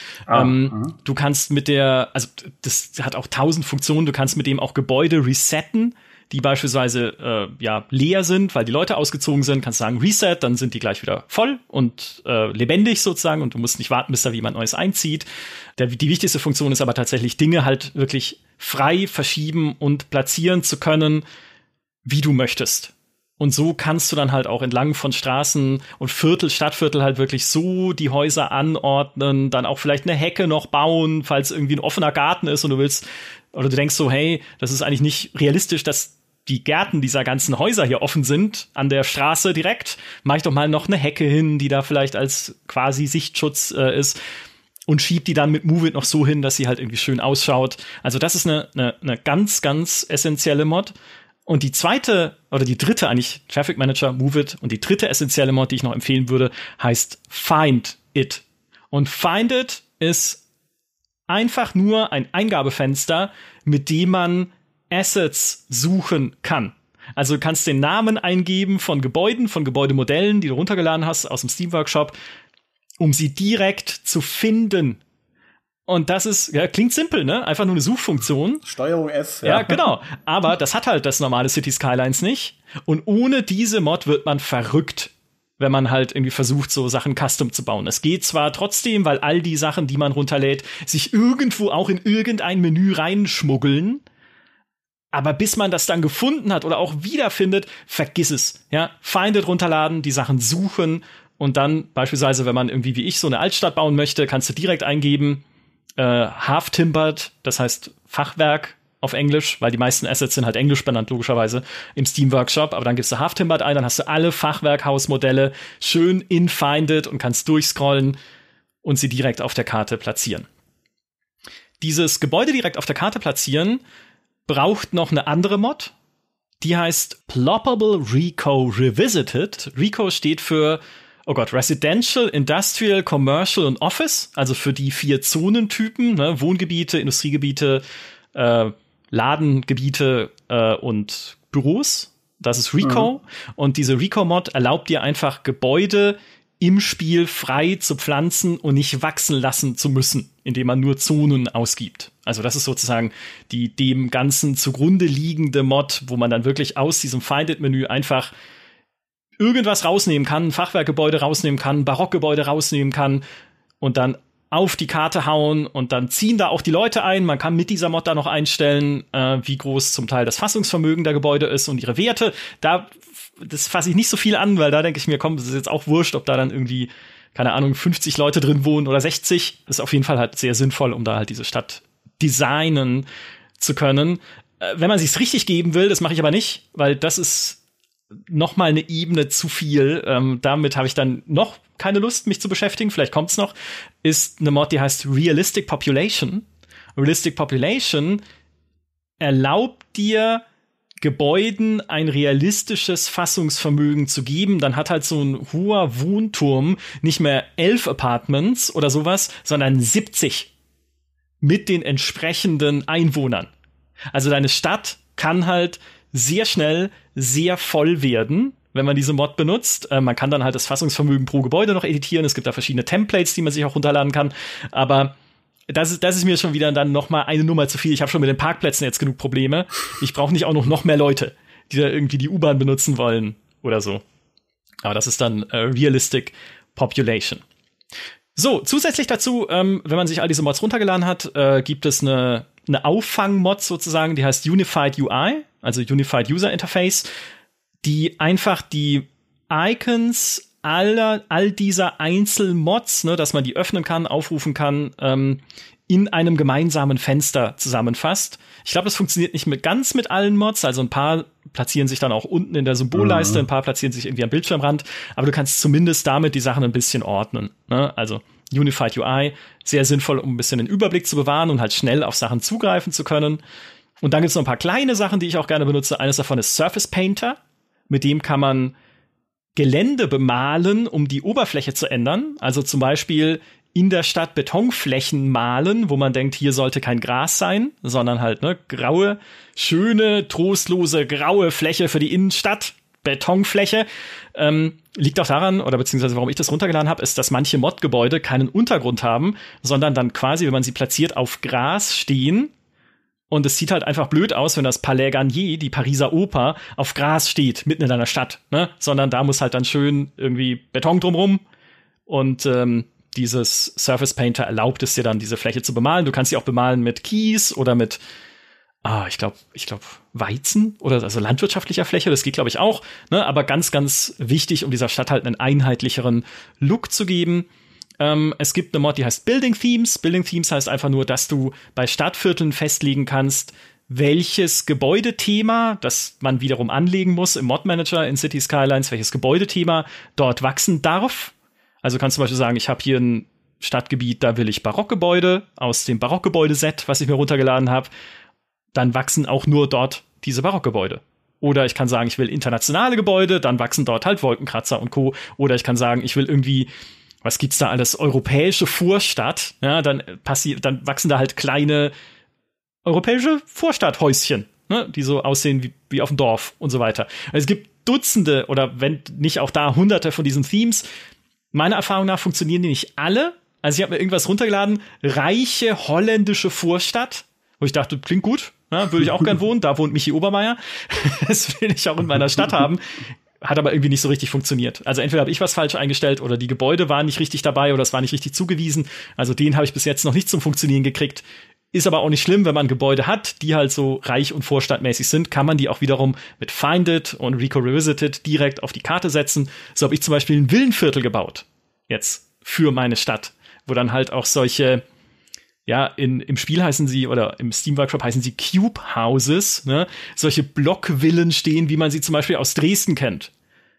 Du kannst also das hat auch 1000 Funktionen, du kannst mit dem auch Gebäude resetten, die beispielsweise leer sind, weil die Leute ausgezogen sind, kannst sagen Reset, dann sind die gleich wieder voll und lebendig sozusagen und du musst nicht warten, bis da jemand Neues einzieht. Die wichtigste Funktion ist aber tatsächlich, Dinge halt wirklich frei verschieben und platzieren zu können, wie du möchtest. Und so kannst du dann halt auch entlang von Straßen und Stadtviertel halt wirklich so die Häuser anordnen, dann auch vielleicht eine Hecke noch bauen, falls irgendwie ein offener Garten ist und du willst, oder du denkst so, hey, das ist eigentlich nicht realistisch, dass die Gärten dieser ganzen Häuser hier offen sind, an der Straße direkt, mach ich doch mal noch eine Hecke hin, die da vielleicht als quasi Sichtschutz ist. und schiebt die dann mit Move It noch so hin, dass sie halt irgendwie schön ausschaut. Also das ist eine ganz, ganz essentielle Mod. Und die zweite oder die dritte eigentlich, Traffic Manager, Move It, und die dritte essentielle Mod, die ich noch empfehlen würde, heißt Find It. Und Find It ist einfach nur ein Eingabefenster, mit dem man Assets suchen kann. Also du kannst den Namen eingeben von Gebäuden, von Gebäudemodellen, die du runtergeladen hast aus dem Steam Workshop, um sie direkt zu finden. Und das ist, ja, klingt simpel, ne? Einfach nur eine Suchfunktion. Steuerung F. Ja, genau. Aber das hat halt das normale City Skylines nicht. Und ohne diese Mod wird man verrückt, wenn man halt irgendwie versucht, so Sachen custom zu bauen. Es geht zwar trotzdem, weil all die Sachen, die man runterlädt, sich irgendwo auch in irgendein Menü reinschmuggeln. Aber bis man das dann gefunden hat oder auch wiederfindet, vergiss es. Ja, Find It runterladen, die Sachen suchen und dann beispielsweise, wenn man irgendwie wie ich so eine Altstadt bauen möchte, kannst du direkt eingeben, Half-Timbered, das heißt Fachwerk auf Englisch, weil die meisten Assets sind halt englisch benannt, logischerweise, im Steam Workshop. Aber dann gibst du Half-Timbered ein, dann hast du alle Fachwerkhausmodelle schön in Find It und kannst durchscrollen und sie direkt auf der Karte platzieren. Dieses Gebäude direkt auf der Karte platzieren braucht noch eine andere Mod. Die heißt Ploppable Reco Revisited. Reco steht für Residential, Industrial, Commercial und Office, also für die 4 Zonentypen, ne, Wohngebiete, Industriegebiete, Ladengebiete und Büros. Das ist Reco. Und diese Reco-Mod erlaubt dir einfach, Gebäude im Spiel frei zu pflanzen und nicht wachsen lassen zu müssen, indem man nur Zonen ausgibt. Also das ist sozusagen die dem Ganzen zugrunde liegende Mod, wo man dann wirklich aus diesem Find-It-Menü einfach irgendwas rausnehmen kann, ein Fachwerkgebäude rausnehmen kann, ein Barockgebäude rausnehmen kann und dann auf die Karte hauen und dann ziehen da auch die Leute ein. Man kann mit dieser Mod da noch einstellen, wie groß zum Teil das Fassungsvermögen der Gebäude ist und ihre Werte. Das fasse ich nicht so viel an, weil da denke ich mir, komm, das ist jetzt auch wurscht, ob da dann irgendwie, keine Ahnung, 50 Leute drin wohnen oder 60. Das ist auf jeden Fall halt sehr sinnvoll, um da halt diese Stadt designen zu können. Wenn man sich's richtig geben will, das mache ich aber nicht, weil das ist noch mal eine Ebene zu viel. Damit habe ich dann noch keine Lust, mich zu beschäftigen. Vielleicht kommt's noch. Ist eine Mod, die heißt Realistic Population. Realistic Population erlaubt dir, Gebäuden ein realistisches Fassungsvermögen zu geben. Dann hat halt so ein hoher Wohnturm nicht mehr 11 Apartments oder sowas, sondern 70 mit den entsprechenden Einwohnern. Also deine Stadt kann halt sehr schnell sehr voll werden, wenn man diese Mod benutzt. Man kann dann halt das Fassungsvermögen pro Gebäude noch editieren. Es gibt da verschiedene Templates, die man sich auch runterladen kann. Aber das ist mir schon wieder dann noch mal eine Nummer zu viel. Ich habe schon mit den Parkplätzen jetzt genug Probleme. Ich brauche nicht auch noch mehr Leute, die da irgendwie die U-Bahn benutzen wollen oder so. Aber das ist dann Realistic Population. So, zusätzlich dazu, wenn man sich all diese Mods runtergeladen hat, gibt es eine Auffang-Mod sozusagen, die heißt Unified UI, also Unified User Interface, die einfach die Icons all dieser Einzelmods, ne, dass man die öffnen kann, aufrufen kann, in einem gemeinsamen Fenster zusammenfasst. Ich glaube, das funktioniert nicht ganz mit allen Mods, also ein paar platzieren sich dann auch unten in der Symbolleiste, ein paar platzieren sich irgendwie am Bildschirmrand, aber du kannst zumindest damit die Sachen ein bisschen ordnen, ne? Also Unified UI, sehr sinnvoll, um ein bisschen den Überblick zu bewahren und halt schnell auf Sachen zugreifen zu können. Und dann gibt's noch ein paar kleine Sachen, die ich auch gerne benutze. Eines davon ist Surface Painter. Mit dem kann man Gelände bemalen, um die Oberfläche zu ändern. Also zum Beispiel in der Stadt Betonflächen malen, wo man denkt, hier sollte kein Gras sein, sondern halt graue, schöne, trostlose, graue Fläche für die Innenstadt. Betonfläche. Liegt auch daran, oder beziehungsweise warum ich das runtergeladen habe, ist, dass manche Mod-Gebäude keinen Untergrund haben, sondern dann quasi, wenn man sie platziert, auf Gras stehen. Und es sieht halt einfach blöd aus, wenn das Palais Garnier, die Pariser Oper, auf Gras steht, mitten in einer Stadt, ne? Sondern da muss halt dann schön irgendwie Beton drumrum. Und dieses Surface Painter erlaubt es dir dann, diese Fläche zu bemalen. Du kannst sie auch bemalen mit Kies oder mit ich glaube Weizen oder also landwirtschaftlicher Fläche, das geht, glaube ich, auch, ne? Aber ganz, ganz wichtig, um dieser Stadt halt einen einheitlicheren Look zu geben. Es gibt eine Mod, die heißt Building Themes. Building Themes heißt einfach nur, dass du bei Stadtvierteln festlegen kannst, welches Gebäudethema, das man wiederum anlegen muss im Mod-Manager in City Skylines, welches Gebäudethema dort wachsen darf. Also kannst du zum Beispiel sagen, ich habe hier ein Stadtgebiet, da will ich Barockgebäude aus dem Barockgebäudeset, was ich mir runtergeladen habe. Dann wachsen auch nur dort diese Barockgebäude. Oder ich kann sagen, ich will internationale Gebäude, dann wachsen dort halt Wolkenkratzer und Co. Oder ich kann sagen, ich will irgendwie, was gibt's da alles, europäische Vorstadt, ja, dann wachsen da halt kleine europäische Vorstadthäuschen, ne, die so aussehen wie auf dem Dorf und so weiter. Also es gibt Dutzende oder wenn nicht auch da Hunderte von diesen Themes. Meiner Erfahrung nach funktionieren die nicht alle. Also ich habe mir irgendwas runtergeladen, reiche holländische Vorstadt, wo ich dachte, klingt gut, ja, würde ich auch gern wohnen, da wohnt Michi Obermeier. Das will ich auch in meiner Stadt haben. Hat aber irgendwie nicht so richtig funktioniert. Also entweder habe ich was falsch eingestellt oder die Gebäude waren nicht richtig dabei oder es war nicht richtig zugewiesen. Also den habe ich bis jetzt noch nicht zum Funktionieren gekriegt. Ist aber auch nicht schlimm, wenn man Gebäude hat, die halt so reich und vorstadtmäßig sind, kann man die auch wiederum mit Find It und Rico Revisited direkt auf die Karte setzen. So habe ich zum Beispiel ein Villenviertel gebaut. Jetzt für meine Stadt, wo dann halt auch solche, ja, im Spiel heißen sie, oder im Steam Workshop heißen sie Cube Houses, ne? Solche Blockvillen stehen, wie man sie zum Beispiel aus Dresden kennt.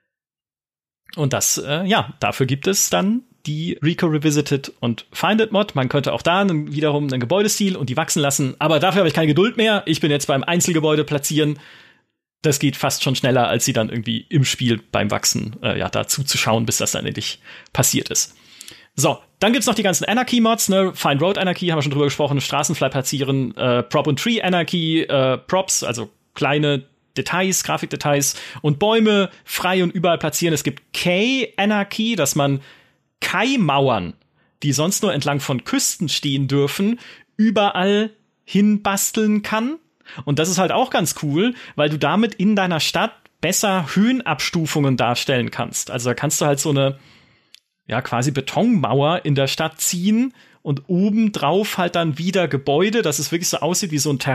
Und das, dafür gibt es dann die Rico Revisited und Find It Mod. Man könnte auch da wiederum einen Gebäudestil und die wachsen lassen. Aber dafür habe ich keine Geduld mehr. Ich bin jetzt beim Einzelgebäude platzieren. Das geht fast schon schneller, als sie dann irgendwie im Spiel beim Wachsen da zuzuschauen, bis das dann endlich passiert ist. So, dann gibt's noch die ganzen Anarchy-Mods, ne? Find Road Anarchy, haben wir schon drüber gesprochen, Straßenfly platzieren, Prop und Tree Anarchy, Props, also kleine Details, Grafikdetails und Bäume frei und überall platzieren. Es gibt K-Anarchy, dass man Kaimauern, die sonst nur entlang von Küsten stehen dürfen, überall hinbasteln kann. Und das ist halt auch ganz cool, weil du damit in deiner Stadt besser Höhenabstufungen darstellen kannst. Also da kannst du halt so eine, ja, quasi Betonmauer in der Stadt ziehen und oben drauf halt dann wieder Gebäude, dass es wirklich so aussieht wie so eine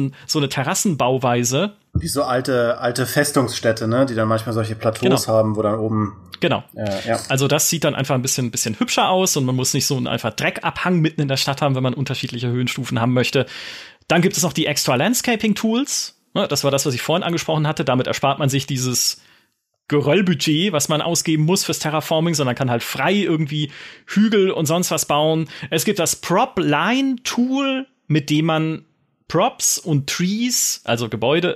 Terrassenbauweise. Wie so alte Festungsstädte, ne, die dann manchmal solche Plateaus haben, wo dann oben. Genau. Ja. Also das sieht dann einfach ein bisschen hübscher aus und man muss nicht so einen einfach Dreckabhang mitten in der Stadt haben, wenn man unterschiedliche Höhenstufen haben möchte. Dann gibt es noch die Extra Landscaping Tools. Das war das, was ich vorhin angesprochen hatte. Damit erspart man sich dieses Geröllbudget, was man ausgeben muss fürs Terraforming, sondern kann halt frei irgendwie Hügel und sonst was bauen. Es gibt das Prop Line Tool, mit dem man Props und Trees, also Gebäude,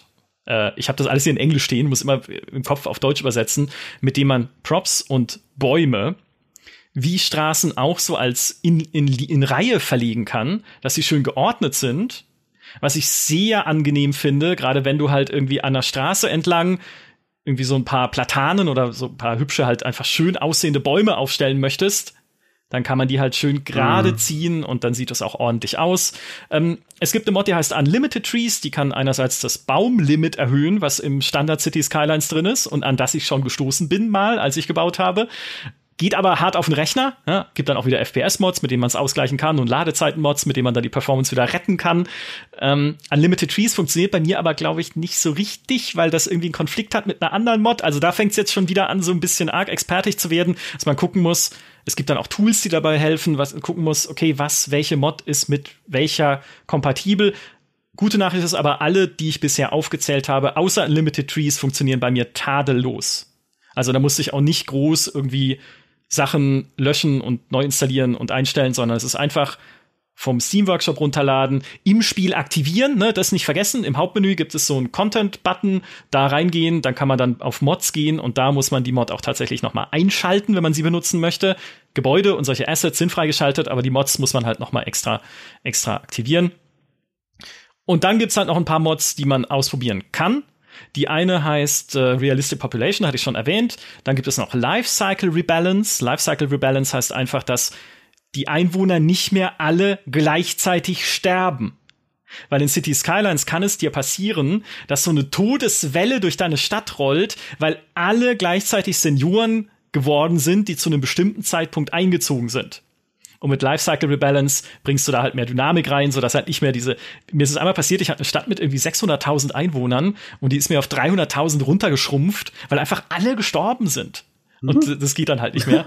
ich habe das alles hier in Englisch stehen, muss immer im Kopf auf Deutsch übersetzen, mit dem man Props und Bäume wie Straßen auch so als in Reihe verlegen kann, dass sie schön geordnet sind, was ich sehr angenehm finde, gerade wenn du halt irgendwie an der Straße entlang irgendwie so ein paar Platanen oder so ein paar hübsche, halt einfach schön aussehende Bäume aufstellen möchtest, dann kann man die halt schön gerade ziehen und dann sieht das auch ordentlich aus. Es gibt eine Mod, die heißt Unlimited Trees, die kann einerseits das Baumlimit erhöhen, was im Standard City Skylines drin ist und an das ich schon gestoßen bin mal, als ich gebaut habe. Geht aber hart auf den Rechner, ja, gibt dann auch wieder FPS-Mods, mit denen man es ausgleichen kann und Ladezeiten-Mods, mit denen man dann die Performance wieder retten kann. Unlimited Trees funktioniert bei mir aber, glaube ich, nicht so richtig, weil das irgendwie einen Konflikt hat mit einer anderen Mod. Also da fängt es jetzt schon wieder an, so ein bisschen arg expertig zu werden, dass man gucken muss, es gibt dann auch Tools, die dabei helfen, was gucken muss, okay, welche Mod ist mit welcher kompatibel. Gute Nachricht ist aber, alle, die ich bisher aufgezählt habe, außer Unlimited Trees, funktionieren bei mir tadellos. Also da musste ich auch nicht groß irgendwie Sachen löschen und neu installieren und einstellen, sondern es ist einfach vom Steam Workshop runterladen, im Spiel aktivieren, ne, das nicht vergessen. Im Hauptmenü gibt es so einen Content-Button, da reingehen, dann kann man dann auf Mods gehen und da muss man die Mod auch tatsächlich noch mal einschalten, wenn man sie benutzen möchte. Gebäude und solche Assets sind freigeschaltet, aber die Mods muss man halt noch mal extra aktivieren. Und dann gibt's halt noch ein paar Mods, die man ausprobieren kann. Die eine heißt Realistic Population, hatte ich schon erwähnt. Dann gibt es noch Lifecycle Rebalance. Lifecycle Rebalance heißt einfach, dass die Einwohner nicht mehr alle gleichzeitig sterben. Weil in City Skylines kann es dir passieren, dass so eine Todeswelle durch deine Stadt rollt, weil alle gleichzeitig Senioren geworden sind, die zu einem bestimmten Zeitpunkt eingezogen sind. Und mit Lifecycle Rebalance bringst du da halt mehr Dynamik rein, sodass halt nicht mehr mir ist es einmal passiert, ich hatte eine Stadt mit irgendwie 600.000 Einwohnern und die ist mir auf 300.000 runtergeschrumpft, weil einfach alle gestorben sind. Und das geht dann halt nicht mehr.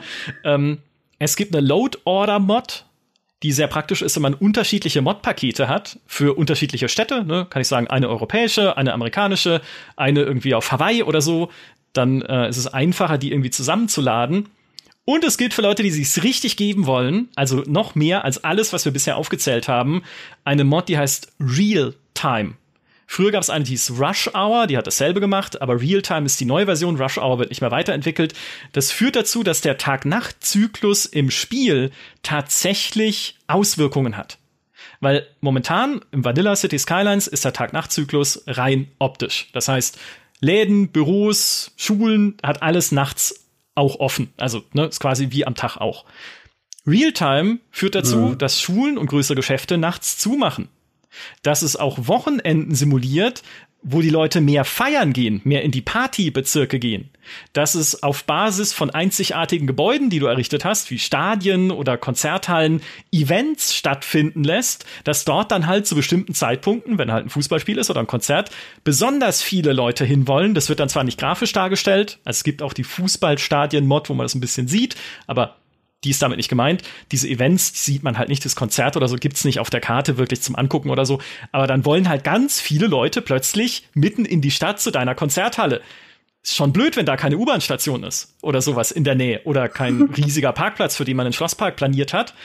Es gibt eine Load Order Mod, die sehr praktisch ist, wenn man unterschiedliche Mod-Pakete hat für unterschiedliche Städte, ne? Kann ich sagen, eine europäische, eine amerikanische, eine irgendwie auf Hawaii oder so, dann ist es einfacher, die irgendwie zusammenzuladen. Und es gilt für Leute, die sich's richtig geben wollen, also noch mehr als alles, was wir bisher aufgezählt haben, eine Mod, die heißt Real Time. Früher gab es eine, die hieß Rush Hour, die hat dasselbe gemacht, aber Real Time ist die neue Version, Rush Hour wird nicht mehr weiterentwickelt. Das führt dazu, dass der Tag-Nacht-Zyklus im Spiel tatsächlich Auswirkungen hat. Weil momentan im Vanilla City Skylines ist der Tag-Nacht-Zyklus rein optisch. Das heißt, Läden, Büros, Schulen, hat alles nachts auch offen. Also, ne, ist quasi wie am Tag auch. Realtime führt dazu, dass Schulen und größere Geschäfte nachts zumachen. Dass es auch Wochenenden simuliert, wo die Leute mehr feiern gehen, mehr in die Partybezirke gehen. Dass es auf Basis von einzigartigen Gebäuden, die du errichtet hast, wie Stadien oder Konzerthallen, Events stattfinden lässt, dass dort dann halt zu bestimmten Zeitpunkten, wenn halt ein Fußballspiel ist oder ein Konzert, besonders viele Leute hinwollen. Das wird dann zwar nicht grafisch dargestellt, also es gibt auch die Fußballstadien-Mod, wo man das ein bisschen sieht, aber die ist damit nicht gemeint. Diese Events, die sieht man halt nicht, das Konzert oder so gibt's nicht auf der Karte wirklich zum Angucken oder so. Aber dann wollen halt ganz viele Leute plötzlich mitten in die Stadt zu deiner Konzerthalle. Ist schon blöd, wenn da keine U-Bahn-Station ist oder sowas in der Nähe oder kein riesiger Parkplatz, für den man einen Schlosspark planiert hat.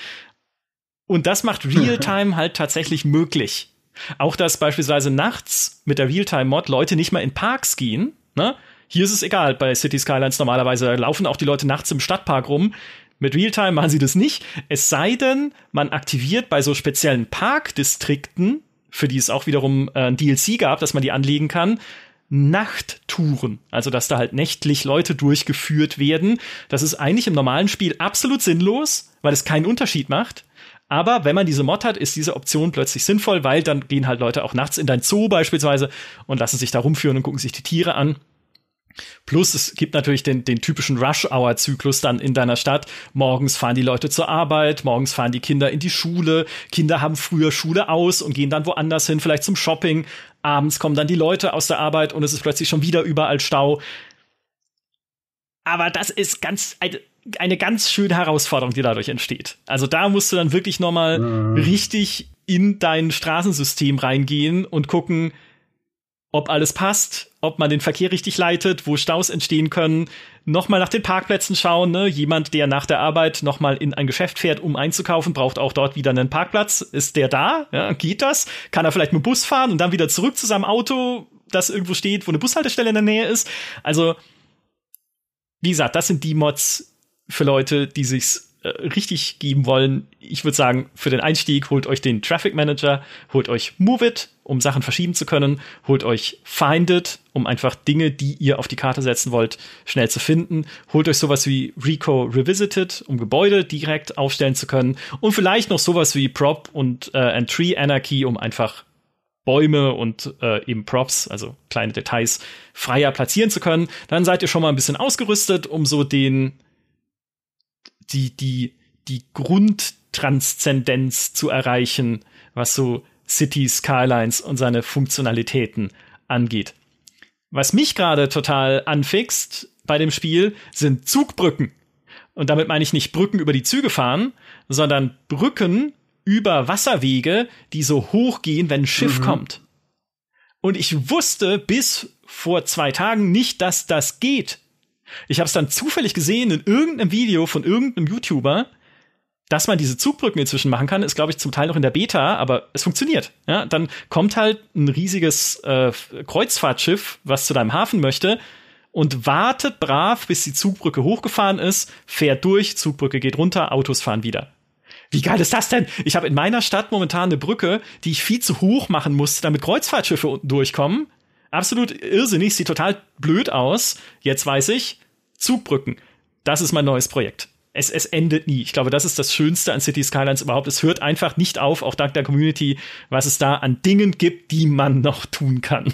Und das macht Realtime halt tatsächlich möglich. Auch, dass beispielsweise nachts mit der Realtime-Mod Leute nicht mehr in Parks gehen. Ne? Hier ist es egal, bei City Skylines normalerweise laufen auch die Leute nachts im Stadtpark rum. Mit Realtime machen sie das nicht. Es sei denn, man aktiviert bei so speziellen Parkdistrikten, für die es auch wiederum ein DLC gab, dass man die anlegen kann, Nachttouren. Also, dass da halt nächtlich Leute durchgeführt werden. Das ist eigentlich im normalen Spiel absolut sinnlos, weil es keinen Unterschied macht. Aber wenn man diese Mod hat, ist diese Option plötzlich sinnvoll, weil dann gehen halt Leute auch nachts in dein Zoo beispielsweise und lassen sich da rumführen und gucken sich die Tiere an. Plus, es gibt natürlich den typischen Rush-Hour-Zyklus dann in deiner Stadt. Morgens fahren die Leute zur Arbeit, morgens fahren die Kinder in die Schule. Kinder haben früher Schule aus und gehen dann woanders hin, vielleicht zum Shopping. Abends kommen dann die Leute aus der Arbeit und es ist plötzlich schon wieder überall Stau. Aber das ist eine ganz schöne Herausforderung, die dadurch entsteht. Also da musst du dann wirklich noch mal richtig in dein Straßensystem reingehen und gucken, ob alles passt, ob man den Verkehr richtig leitet, wo Staus entstehen können, nochmal nach den Parkplätzen schauen, ne? Jemand, der nach der Arbeit nochmal in ein Geschäft fährt, um einzukaufen, braucht auch dort wieder einen Parkplatz. Ist der da? Ja, geht das? Kann er vielleicht mit dem Bus fahren und dann wieder zurück zu seinem Auto, das irgendwo steht, wo eine Bushaltestelle in der Nähe ist? Also, wie gesagt, das sind die Mods für Leute, die sich's richtig geben wollen. Ich würde sagen, für den Einstieg holt euch den Traffic Manager, holt euch Move It, um Sachen verschieben zu können, holt euch Find It, um einfach Dinge, die ihr auf die Karte setzen wollt, schnell zu finden, holt euch sowas wie Rico Revisited, um Gebäude direkt aufstellen zu können und vielleicht noch sowas wie Prop und Tree Anarchy, um einfach Bäume und eben Props, also kleine Details, freier platzieren zu können. Dann seid ihr schon mal ein bisschen ausgerüstet, um so die Grundtranszendenz zu erreichen, was so City Skylines und seine Funktionalitäten angeht. Was mich gerade total anfixt bei dem Spiel, sind Zugbrücken. Und damit meine ich nicht Brücken, über die Züge fahren, sondern Brücken über Wasserwege, die so hoch gehen, wenn ein Schiff kommt. Und ich wusste bis vor 2 Tagen nicht, dass das geht. Ich habe es dann zufällig gesehen in irgendeinem Video von irgendeinem YouTuber, dass man diese Zugbrücken inzwischen machen kann. Ist, glaube ich, zum Teil noch in der Beta, aber es funktioniert. Ja, dann kommt halt ein riesiges Kreuzfahrtschiff, was zu deinem Hafen möchte und wartet brav, bis die Zugbrücke hochgefahren ist, fährt durch, Zugbrücke geht runter, Autos fahren wieder. Wie geil ist das denn? Ich habe in meiner Stadt momentan eine Brücke, die ich viel zu hoch machen musste, damit Kreuzfahrtschiffe unten durchkommen. Absolut irrsinnig, sieht total blöd aus. Jetzt weiß ich, Zugbrücken, das ist mein neues Projekt. Es endet nie. Ich glaube, das ist das Schönste an City Skylines überhaupt. Es hört einfach nicht auf, auch dank der Community, was es da an Dingen gibt, die man noch tun kann.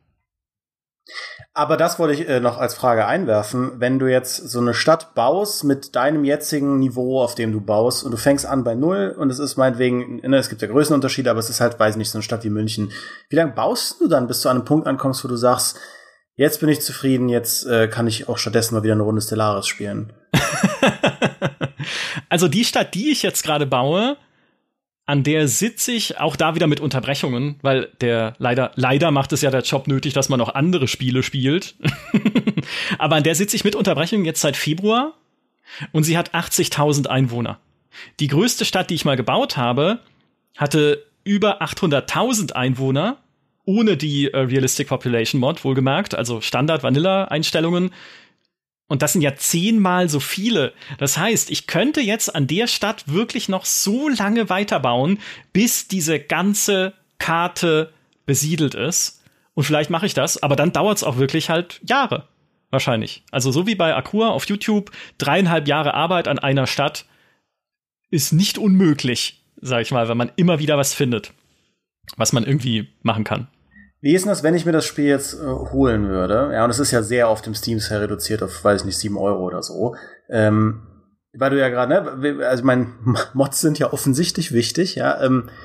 Aber das wollte ich noch als Frage einwerfen. Wenn du jetzt so eine Stadt baust mit deinem jetzigen Niveau, auf dem du baust, und du fängst an bei 0 und es ist meinetwegen, es gibt ja Größenunterschiede, aber es ist halt, weiß ich nicht, so eine Stadt wie München. Wie lange baust du dann, bis du an einem Punkt ankommst, wo du sagst, jetzt bin ich zufrieden, jetzt kann ich auch stattdessen mal wieder eine Runde Stellaris spielen? Also die Stadt, die ich jetzt gerade baue, an der sitze ich auch da wieder mit Unterbrechungen, weil leider macht es ja der Job nötig, dass man noch andere Spiele spielt. Aber an der sitze ich mit Unterbrechungen jetzt seit Februar. Und sie hat 80.000 Einwohner. Die größte Stadt, die ich mal gebaut habe, hatte über 800.000 Einwohner, ohne die Realistic Population Mod, wohlgemerkt, also Standard-Vanilla-Einstellungen. Und das sind ja 10-mal so viele. Das heißt, ich könnte jetzt an der Stadt wirklich noch so lange weiterbauen, bis diese ganze Karte besiedelt ist. Und vielleicht mache ich das, aber dann dauert es auch wirklich halt Jahre. Wahrscheinlich. Also so wie bei Akua auf YouTube, 3,5 Jahre Arbeit an einer Stadt ist nicht unmöglich, sag ich mal, wenn man immer wieder was findet, was man irgendwie machen kann. Wie ist denn das, wenn ich mir das Spiel jetzt holen würde? Ja, und es ist ja sehr auf dem Steam Sale reduziert auf, weiß ich nicht, 7 € oder so. Weil du ja gerade, ne, also Mods sind ja offensichtlich wichtig, ja.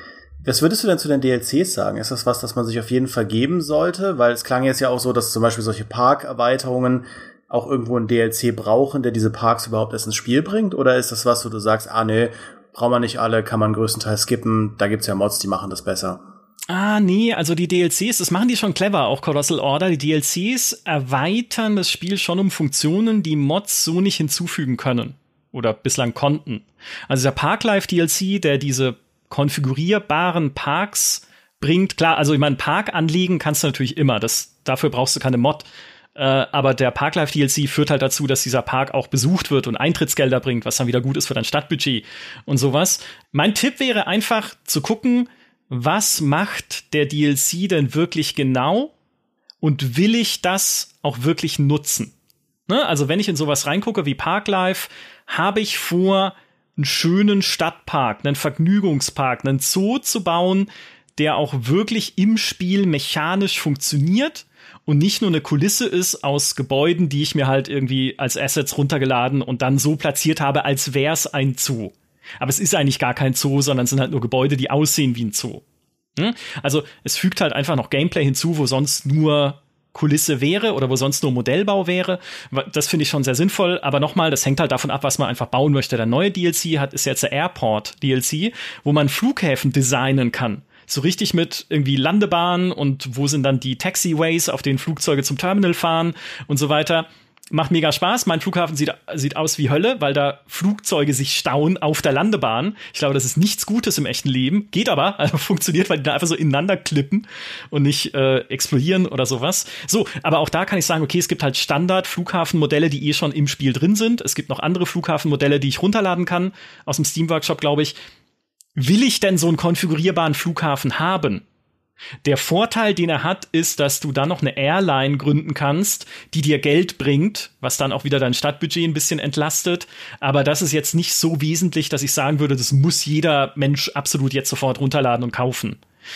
Was würdest du denn zu den DLCs sagen? Ist das was, das man sich auf jeden Fall geben sollte? Weil es klang jetzt ja auch so, dass zum Beispiel solche Parkerweiterungen auch irgendwo einen DLC brauchen, der diese Parks überhaupt erst ins Spiel bringt? Oder ist das was, wo du sagst, nee, braucht man nicht alle, kann man größtenteils skippen, da gibt's ja Mods, die machen das besser? Nee, also die DLCs, das machen die schon clever, auch Colossal Order. Die DLCs erweitern das Spiel schon um Funktionen, die Mods so nicht hinzufügen können. Oder bislang konnten. Also der Parklife DLC, der diese konfigurierbaren Parks bringt, klar, also ich meine, Park anlegen kannst du natürlich immer, dafür brauchst du keine Mod, aber der Parklife DLC führt halt dazu, dass dieser Park auch besucht wird und Eintrittsgelder bringt, was dann wieder gut ist für dein Stadtbudget und sowas. Mein Tipp wäre einfach zu gucken, was macht der DLC denn wirklich genau und will ich das auch wirklich nutzen? Ne? Also wenn ich in sowas reingucke wie Parklife, habe ich vor, einen schönen Stadtpark, einen Vergnügungspark, einen Zoo zu bauen, der auch wirklich im Spiel mechanisch funktioniert und nicht nur eine Kulisse ist aus Gebäuden, die ich mir halt irgendwie als Assets runtergeladen und dann so platziert habe, als wär's ein Zoo. Aber es ist eigentlich gar kein Zoo, sondern es sind halt nur Gebäude, die aussehen wie ein Zoo. Also es fügt halt einfach noch Gameplay hinzu, wo sonst nur Kulisse wäre oder wo sonst nur Modellbau wäre. Das finde ich schon sehr sinnvoll. Aber nochmal, das hängt halt davon ab, was man einfach bauen möchte. Der neue DLC ist jetzt der Airport DLC, wo man Flughäfen designen kann. So richtig mit irgendwie Landebahnen und wo sind dann die Taxiways, auf denen Flugzeuge zum Terminal fahren und so weiter. Macht mega Spaß. Mein Flughafen sieht aus wie Hölle, weil da Flugzeuge sich stauen auf der Landebahn. Ich glaube, das ist nichts Gutes im echten Leben. Geht aber, also funktioniert, weil die da einfach so ineinander klippen und nicht explodieren oder sowas. So, aber auch da kann ich sagen, okay, es gibt halt Standard-Flughafenmodelle, die schon im Spiel drin sind. Es gibt noch andere Flughafenmodelle, die ich runterladen kann, aus dem Steam-Workshop, glaube ich. Will ich denn so einen konfigurierbaren Flughafen haben? Der Vorteil, den er hat, ist, dass du dann noch eine Airline gründen kannst, die dir Geld bringt, was dann auch wieder dein Stadtbudget ein bisschen entlastet. Aber das ist jetzt nicht so wesentlich, dass ich sagen würde, das muss jeder Mensch absolut jetzt sofort runterladen und kaufen.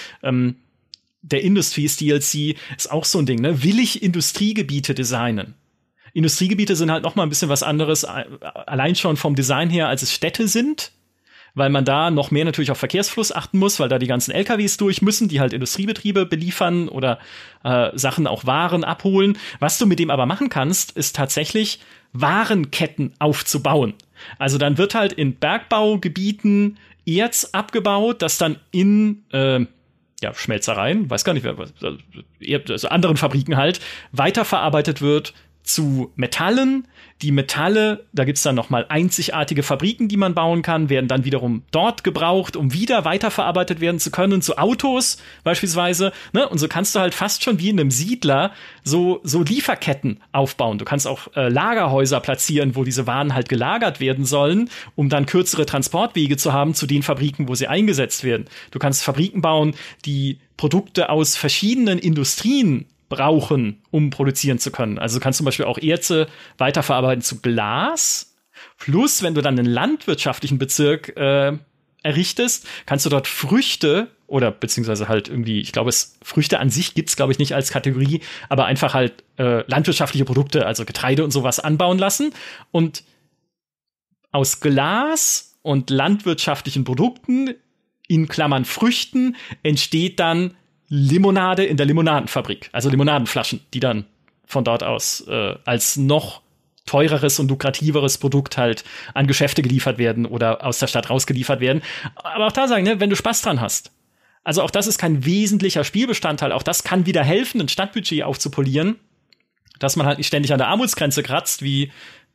Der Industries DLC ist auch so ein Ding, ne? Will ich Industriegebiete designen? Industriegebiete sind halt noch mal ein bisschen was anderes, allein schon vom Design her, als es Städte sind. Weil man da noch mehr natürlich auf Verkehrsfluss achten muss, weil da die ganzen LKWs durch müssen, die halt Industriebetriebe beliefern oder Sachen, auch Waren abholen. Was du mit dem aber machen kannst, ist tatsächlich Warenketten aufzubauen. Also dann wird halt in Bergbaugebieten Erz abgebaut, das dann in Schmelzereien, weiß gar nicht, also anderen Fabriken halt, weiterverarbeitet wird zu Metallen. Die Metalle, da gibt's dann noch mal einzigartige Fabriken, die man bauen kann, werden dann wiederum dort gebraucht, um wieder weiterverarbeitet werden zu können, zu Autos beispielsweise. Ne? Und so kannst du halt fast schon wie in einem Siedler so Lieferketten aufbauen. Du kannst auch Lagerhäuser platzieren, wo diese Waren halt gelagert werden sollen, um dann kürzere Transportwege zu haben zu den Fabriken, wo sie eingesetzt werden. Du kannst Fabriken bauen, die Produkte aus verschiedenen Industrien brauchen, um produzieren zu können. Also du kannst zum Beispiel auch Erze weiterverarbeiten zu Glas. Plus, wenn du dann einen landwirtschaftlichen Bezirk errichtest, kannst du dort Früchte oder beziehungsweise halt irgendwie, ich glaube, Früchte an sich gibt's, glaube ich, nicht als Kategorie, aber einfach halt landwirtschaftliche Produkte, also Getreide und sowas anbauen lassen. Und aus Glas und landwirtschaftlichen Produkten, in Klammern Früchten, entsteht dann Limonade in der Limonadenfabrik, also Limonadenflaschen, die dann von dort aus als noch teureres und lukrativeres Produkt halt an Geschäfte geliefert werden oder aus der Stadt rausgeliefert werden. Aber auch da sagen, ne, wenn du Spaß dran hast. Also auch das ist kein wesentlicher Spielbestandteil. Auch das kann wieder helfen, ein Stadtbudget aufzupolieren, dass man halt nicht ständig an der Armutsgrenze kratzt, wie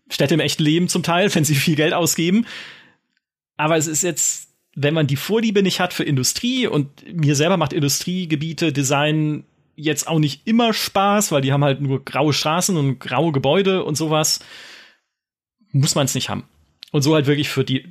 Städte im echten Leben zum Teil, wenn sie viel Geld ausgeben. Aber es ist jetzt, wenn man die Vorliebe nicht hat für Industrie, und mir selber macht Industriegebiete, Design jetzt auch nicht immer Spaß, weil die haben halt nur graue Straßen und graue Gebäude und sowas, muss man es nicht haben. Und so halt wirklich für die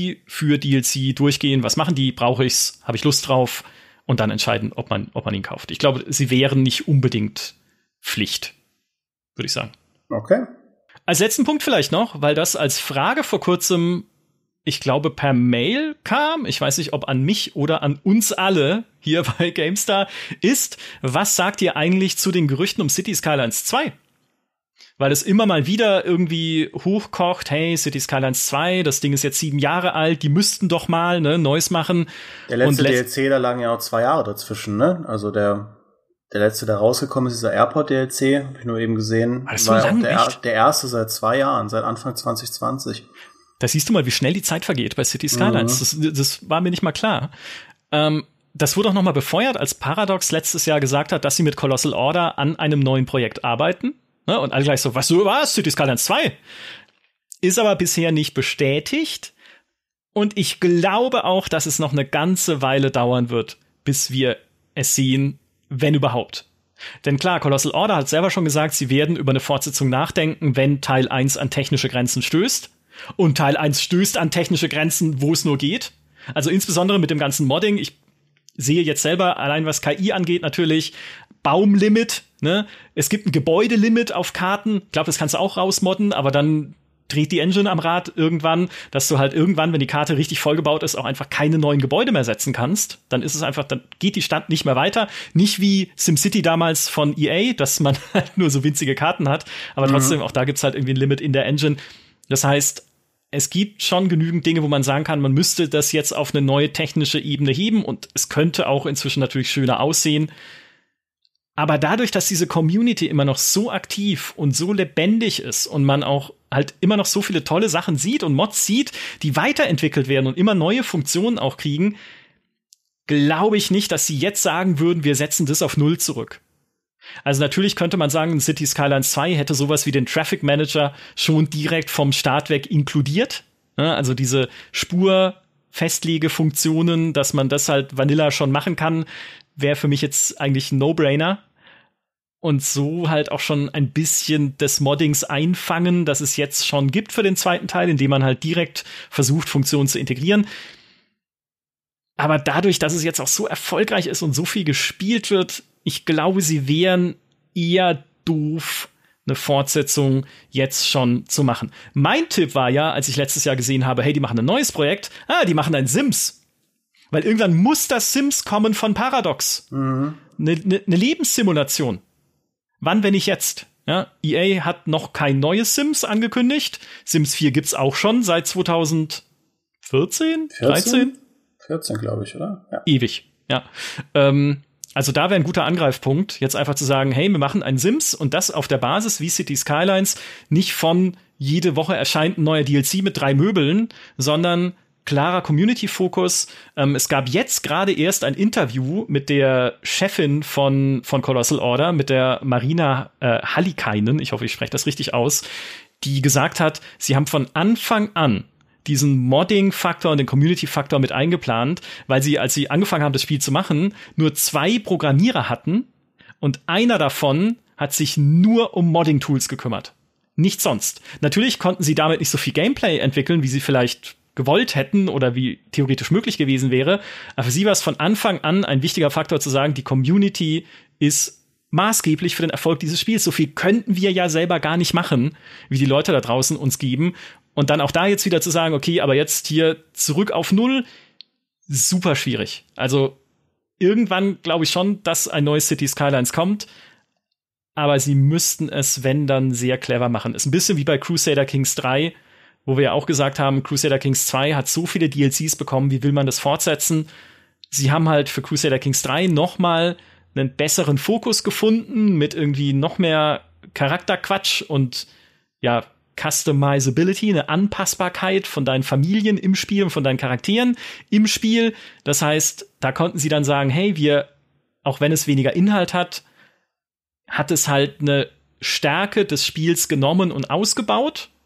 DLC durchgehen. Was machen die? Brauche ich's? Habe ich Lust drauf? Und dann entscheiden, ob man ihn kauft. Ich glaube, sie wären nicht unbedingt Pflicht, würde ich sagen. Okay. Als letzten Punkt vielleicht noch, weil das als Frage vor kurzem, ich glaube, per Mail kam. Ich weiß nicht, ob an mich oder an uns alle hier bei GameStar ist. Was sagt ihr eigentlich zu den Gerüchten um Cities Skylines 2? Weil es immer mal wieder irgendwie hochkocht, hey, Cities Skylines 2, das Ding ist jetzt 7 Jahre alt, die müssten doch mal Neues machen. Der letzte DLC, da lagen ja auch 2 Jahre dazwischen, ne? Also der letzte, der rausgekommen ist, dieser Airport-DLC, habe ich nur eben gesehen. War das so lang, der erste seit 2 Jahren, seit Anfang 2020. Da siehst du mal, wie schnell die Zeit vergeht bei Cities Skylines. Das war mir nicht mal klar. Das wurde auch noch mal befeuert, als Paradox letztes Jahr gesagt hat, dass sie mit Colossal Order an einem neuen Projekt arbeiten. Und alle gleich so, was, Cities Skylines 2? Ist aber bisher nicht bestätigt. Und ich glaube auch, dass es noch eine ganze Weile dauern wird, bis wir es sehen, wenn überhaupt. Denn klar, Colossal Order hat selber schon gesagt, sie werden über eine Fortsetzung nachdenken, wenn Teil 1 an technische Grenzen stößt. Und Teil 1 stößt an technische Grenzen, wo es nur geht. Also insbesondere mit dem ganzen Modding. Ich sehe jetzt selber, allein was KI angeht, natürlich Baumlimit. Ne? Es gibt ein Gebäudelimit auf Karten. Ich glaube, das kannst du auch rausmodden, aber dann dreht die Engine am Rad irgendwann, dass du halt irgendwann, wenn die Karte richtig vollgebaut ist, auch einfach keine neuen Gebäude mehr setzen kannst. Dann ist es einfach, dann geht die Stadt nicht mehr weiter. Nicht wie SimCity damals von EA, dass man halt nur so winzige Karten hat. Aber trotzdem, auch da gibt's halt irgendwie ein Limit in der Engine. Das heißt, es gibt schon genügend Dinge, wo man sagen kann, man müsste das jetzt auf eine neue technische Ebene heben. Und es könnte auch inzwischen natürlich schöner aussehen. Aber dadurch, dass diese Community immer noch so aktiv und so lebendig ist und man auch halt immer noch so viele tolle Sachen sieht und Mods sieht, die weiterentwickelt werden und immer neue Funktionen auch kriegen, glaube ich nicht, dass sie jetzt sagen würden, wir setzen das auf 0 zurück. Also natürlich könnte man sagen, Cities Skylines 2 hätte sowas wie den Traffic Manager schon direkt vom Start weg inkludiert. Also diese Spurfestlegefunktionen, dass man das halt Vanilla schon machen kann, wäre für mich jetzt eigentlich ein No-Brainer. Und so halt auch schon ein bisschen des Moddings einfangen, das es jetzt schon gibt für den zweiten Teil, indem man halt direkt versucht, Funktionen zu integrieren. Aber dadurch, dass es jetzt auch so erfolgreich ist und so viel gespielt wird, ich glaube, sie wären eher doof, eine Fortsetzung jetzt schon zu machen. Mein Tipp war ja, als ich letztes Jahr gesehen habe, hey, die machen ein neues Projekt, die machen ein Sims. Weil irgendwann muss das Sims kommen von Paradox. Eine Lebenssimulation. Wann, wenn nicht jetzt? Ja, EA hat noch kein neues Sims angekündigt. Sims 4 gibt's auch schon seit 2014? 13? 14, glaube ich, oder? Ja. Ewig, ja. Also da wäre ein guter Angreifpunkt, jetzt einfach zu sagen, hey, wir machen ein Sims und das auf der Basis wie Cities Skylines, nicht von jede Woche erscheint ein neuer DLC mit 3 Möbeln, sondern klarer Community-Fokus. Es gab jetzt gerade erst ein Interview mit der Chefin von Colossal Order, mit der Marina Hallikainen, ich hoffe, ich spreche das richtig aus, die gesagt hat, sie haben von Anfang an diesen Modding-Faktor und den Community-Faktor mit eingeplant, weil sie, als sie angefangen haben, das Spiel zu machen, nur 2 Programmierer hatten und einer davon hat sich nur um Modding-Tools gekümmert. Nichts sonst. Natürlich konnten sie damit nicht so viel Gameplay entwickeln, wie sie vielleicht gewollt hätten oder wie theoretisch möglich gewesen wäre. Aber für sie war es von Anfang an ein wichtiger Faktor zu sagen, die Community ist maßgeblich für den Erfolg dieses Spiels. So viel könnten wir ja selber gar nicht machen, wie die Leute da draußen uns geben. Und dann auch da jetzt wieder zu sagen, okay, aber jetzt hier zurück auf 0, super schwierig. Also irgendwann glaube ich schon, dass ein neues Cities Skylines kommt. Aber sie müssten es, wenn, dann sehr clever machen. Ist ein bisschen wie bei Crusader Kings 3, wo wir ja auch gesagt haben, Crusader Kings 2 hat so viele DLCs bekommen, wie will man das fortsetzen? Sie haben halt für Crusader Kings 3 noch mal einen besseren Fokus gefunden, mit irgendwie noch mehr Charakterquatsch und ja, Customizability, eine Anpassbarkeit von deinen Familien im Spiel und von deinen Charakteren im Spiel. Das heißt, da konnten sie dann sagen, hey, wir, auch wenn es weniger Inhalt hat es halt eine Stärke des Spiels genommen und ausgebaut.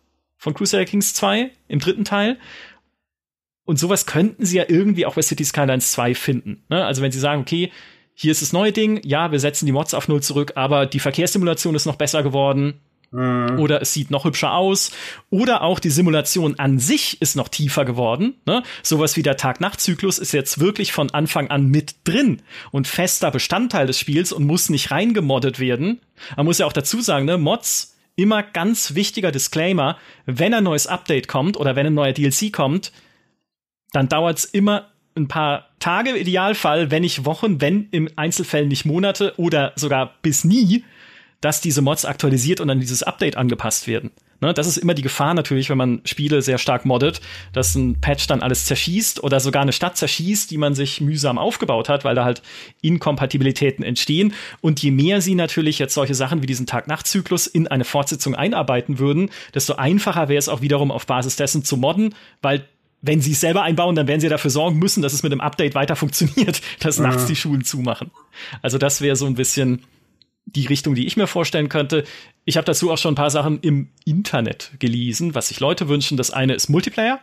von Crusader Kings 2 im 3. Teil. Und sowas könnten sie ja irgendwie auch bei Cities Skylines 2 finden. Ne? Also wenn sie sagen, okay, hier ist das neue Ding, ja, wir setzen die Mods auf 0 zurück, aber die Verkehrssimulation ist noch besser geworden. Oder es sieht noch hübscher aus. Oder auch die Simulation an sich ist noch tiefer geworden. Ne? Sowas wie der Tag-Nacht-Zyklus ist jetzt wirklich von Anfang an mit drin und fester Bestandteil des Spiels und muss nicht reingemoddet werden. Man muss ja auch dazu sagen, ne, Mods, immer ganz wichtiger Disclaimer, wenn ein neues Update kommt oder wenn ein neuer DLC kommt, dann dauert's immer ein paar Tage im Idealfall, wenn nicht Wochen, wenn im Einzelfällen nicht Monate oder sogar bis nie, dass diese Mods aktualisiert und an dieses Update angepasst werden. Ne, das ist immer die Gefahr natürlich, wenn man Spiele sehr stark moddet, dass ein Patch dann alles zerschießt oder sogar eine Stadt zerschießt, die man sich mühsam aufgebaut hat, weil da halt Inkompatibilitäten entstehen. Und je mehr sie natürlich jetzt solche Sachen wie diesen Tag-Nacht-Zyklus in eine Fortsetzung einarbeiten würden, desto einfacher wäre es auch wiederum auf Basis dessen zu modden, weil wenn sie es selber einbauen, dann werden sie dafür sorgen müssen, dass es mit dem Update weiter funktioniert, dass nachts die Schulen zumachen. Also das wäre so ein bisschen die Richtung, die ich mir vorstellen könnte. Ich habe dazu auch schon ein paar Sachen im Internet gelesen, was sich Leute wünschen. Das eine ist Multiplayer.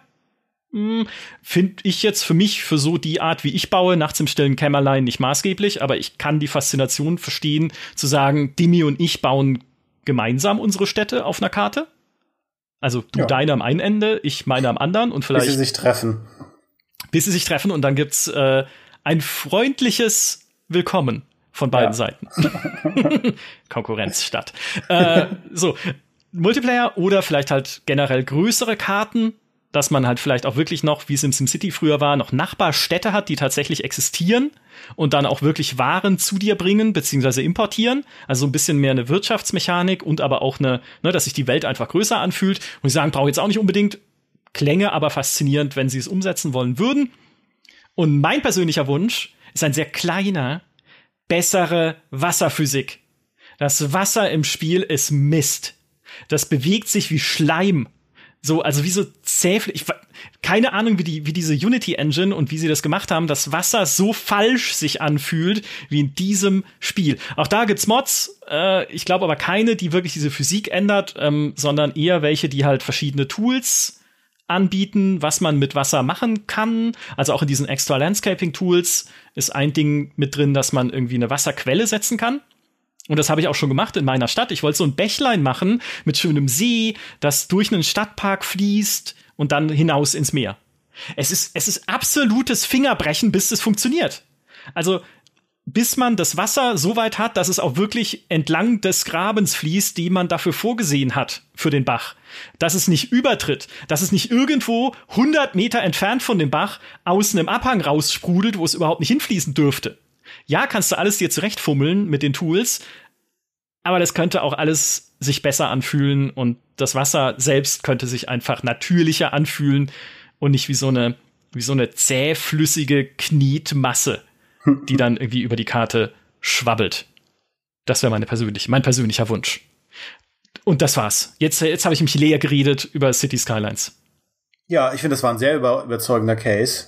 Finde ich jetzt für mich, für so die Art, wie ich baue, nachts im stillen Kämmerlein nicht maßgeblich, aber ich kann die Faszination verstehen, zu sagen, Dimi und ich bauen gemeinsam unsere Städte auf einer Karte. Also du deine am einen Ende, ich meine am anderen und vielleicht bis sie sich treffen. Bis sie sich treffen und dann gibt's ein freundliches Willkommen von beiden Seiten. Konkurrenz statt. So, Multiplayer oder vielleicht halt generell größere Karten, dass man halt vielleicht auch wirklich noch, wie es im SimCity früher war, noch Nachbarstädte hat, die tatsächlich existieren und dann auch wirklich Waren zu dir bringen, beziehungsweise importieren. Also so ein bisschen mehr eine Wirtschaftsmechanik und aber auch eine, ne, dass sich die Welt einfach größer anfühlt. Und ich sagen, brauche jetzt auch nicht unbedingt, klänge aber faszinierend, wenn sie es umsetzen wollen würden. Und mein persönlicher Wunsch ist ein sehr kleiner, bessere Wasserphysik. Das Wasser im Spiel ist Mist. Das bewegt sich wie Schleim. So, also wie so zähflich. Keine Ahnung, wie diese Unity Engine und wie sie das gemacht haben, dass Wasser so falsch sich anfühlt wie in diesem Spiel. Auch da gibt's Mods. Ich glaube aber keine, die wirklich diese Physik ändert, sondern eher welche, die halt verschiedene Tools anbieten, was man mit Wasser machen kann. Also auch in diesen Extra Landscaping Tools ist ein Ding mit drin, dass man irgendwie eine Wasserquelle setzen kann. Und das habe ich auch schon gemacht in meiner Stadt. Ich wollte so ein Bächlein machen mit schönem See, das durch einen Stadtpark fließt und dann hinaus ins Meer. Es ist absolutes Fingerbrechen, bis es funktioniert. Also bis man das Wasser so weit hat, dass es auch wirklich entlang des Grabens fließt, den man dafür vorgesehen hat für den Bach. Dass es nicht übertritt, dass es nicht irgendwo 100 Meter entfernt von dem Bach aus einem Abhang raussprudelt, wo es überhaupt nicht hinfließen dürfte. Ja, kannst du alles dir zurechtfummeln mit den Tools, aber das könnte auch alles sich besser anfühlen und das Wasser selbst könnte sich einfach natürlicher anfühlen und nicht wie so eine zähflüssige Knetmasse, die dann irgendwie über die Karte schwabbelt. Das wäre mein persönlicher Wunsch. Und das war's. Jetzt habe ich mich leer geredet über City Skylines. Ja, ich finde, das war ein sehr überzeugender Case.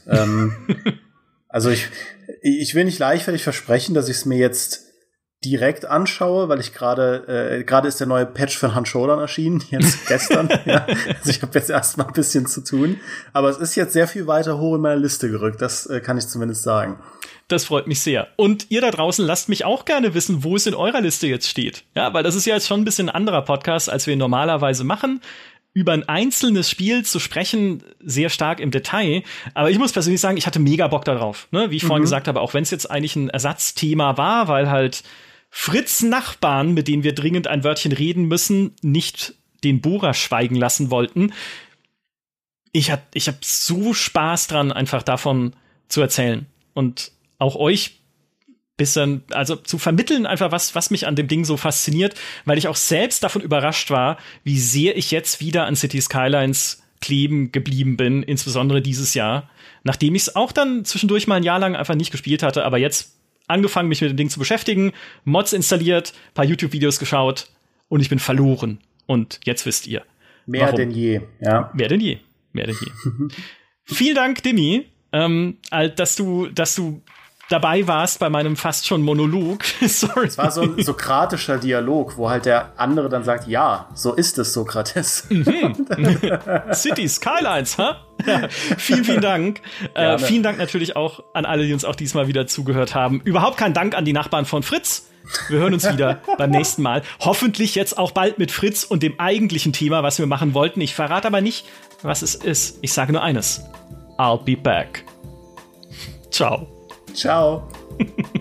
Also ich will nicht leichtfertig versprechen, dass ich es mir jetzt direkt anschaue, weil ich gerade ist der neue Patch von Hand Showdown erschienen, jetzt gestern. Ja. Also ich habe jetzt erstmal ein bisschen zu tun. Aber es ist jetzt sehr viel weiter hoch in meiner Liste gerückt, das kann ich zumindest sagen. Das freut mich sehr. Und ihr da draußen lasst mich auch gerne wissen, wo es in eurer Liste jetzt steht. Ja, weil das ist ja jetzt schon ein bisschen ein anderer Podcast, als wir ihn normalerweise machen. Über ein einzelnes Spiel zu sprechen, sehr stark im Detail. Aber ich muss persönlich sagen, ich hatte mega Bock darauf. Ne? Wie ich vorhin gesagt habe, auch wenn es jetzt eigentlich ein Ersatzthema war, weil halt Fritz' Nachbarn, mit denen wir dringend ein Wörtchen reden müssen, nicht den Bohrer schweigen lassen wollten. Ich hab so Spaß dran, einfach davon zu erzählen. Und auch euch bisschen, also zu vermitteln einfach was mich an dem Ding so fasziniert, weil ich auch selbst davon überrascht war, wie sehr ich jetzt wieder an City Skylines kleben geblieben bin, insbesondere dieses Jahr, nachdem ich es auch dann zwischendurch mal ein Jahr lang einfach nicht gespielt hatte, aber jetzt angefangen, mich mit dem Ding zu beschäftigen, Mods installiert, paar YouTube-Videos geschaut und ich bin verloren. Und jetzt wisst ihr. Mehr warum. Denn je, ja. Mehr denn je. Vielen Dank, Dimi, dass du dabei warst bei meinem fast schon Monolog. Sorry. Es war so ein sokratischer Dialog, wo halt der andere dann sagt, ja, so ist es, Sokrates. City Skylines, ha? Ja, vielen Dank. Vielen Dank natürlich auch an alle, die uns auch diesmal wieder zugehört haben. Überhaupt kein Dank an die Nachbarn von Fritz. Wir hören uns wieder beim nächsten Mal. Hoffentlich jetzt auch bald mit Fritz und dem eigentlichen Thema, was wir machen wollten. Ich verrate aber nicht, was es ist. Ich sage nur eines. I'll be back. Ciao. Ciao.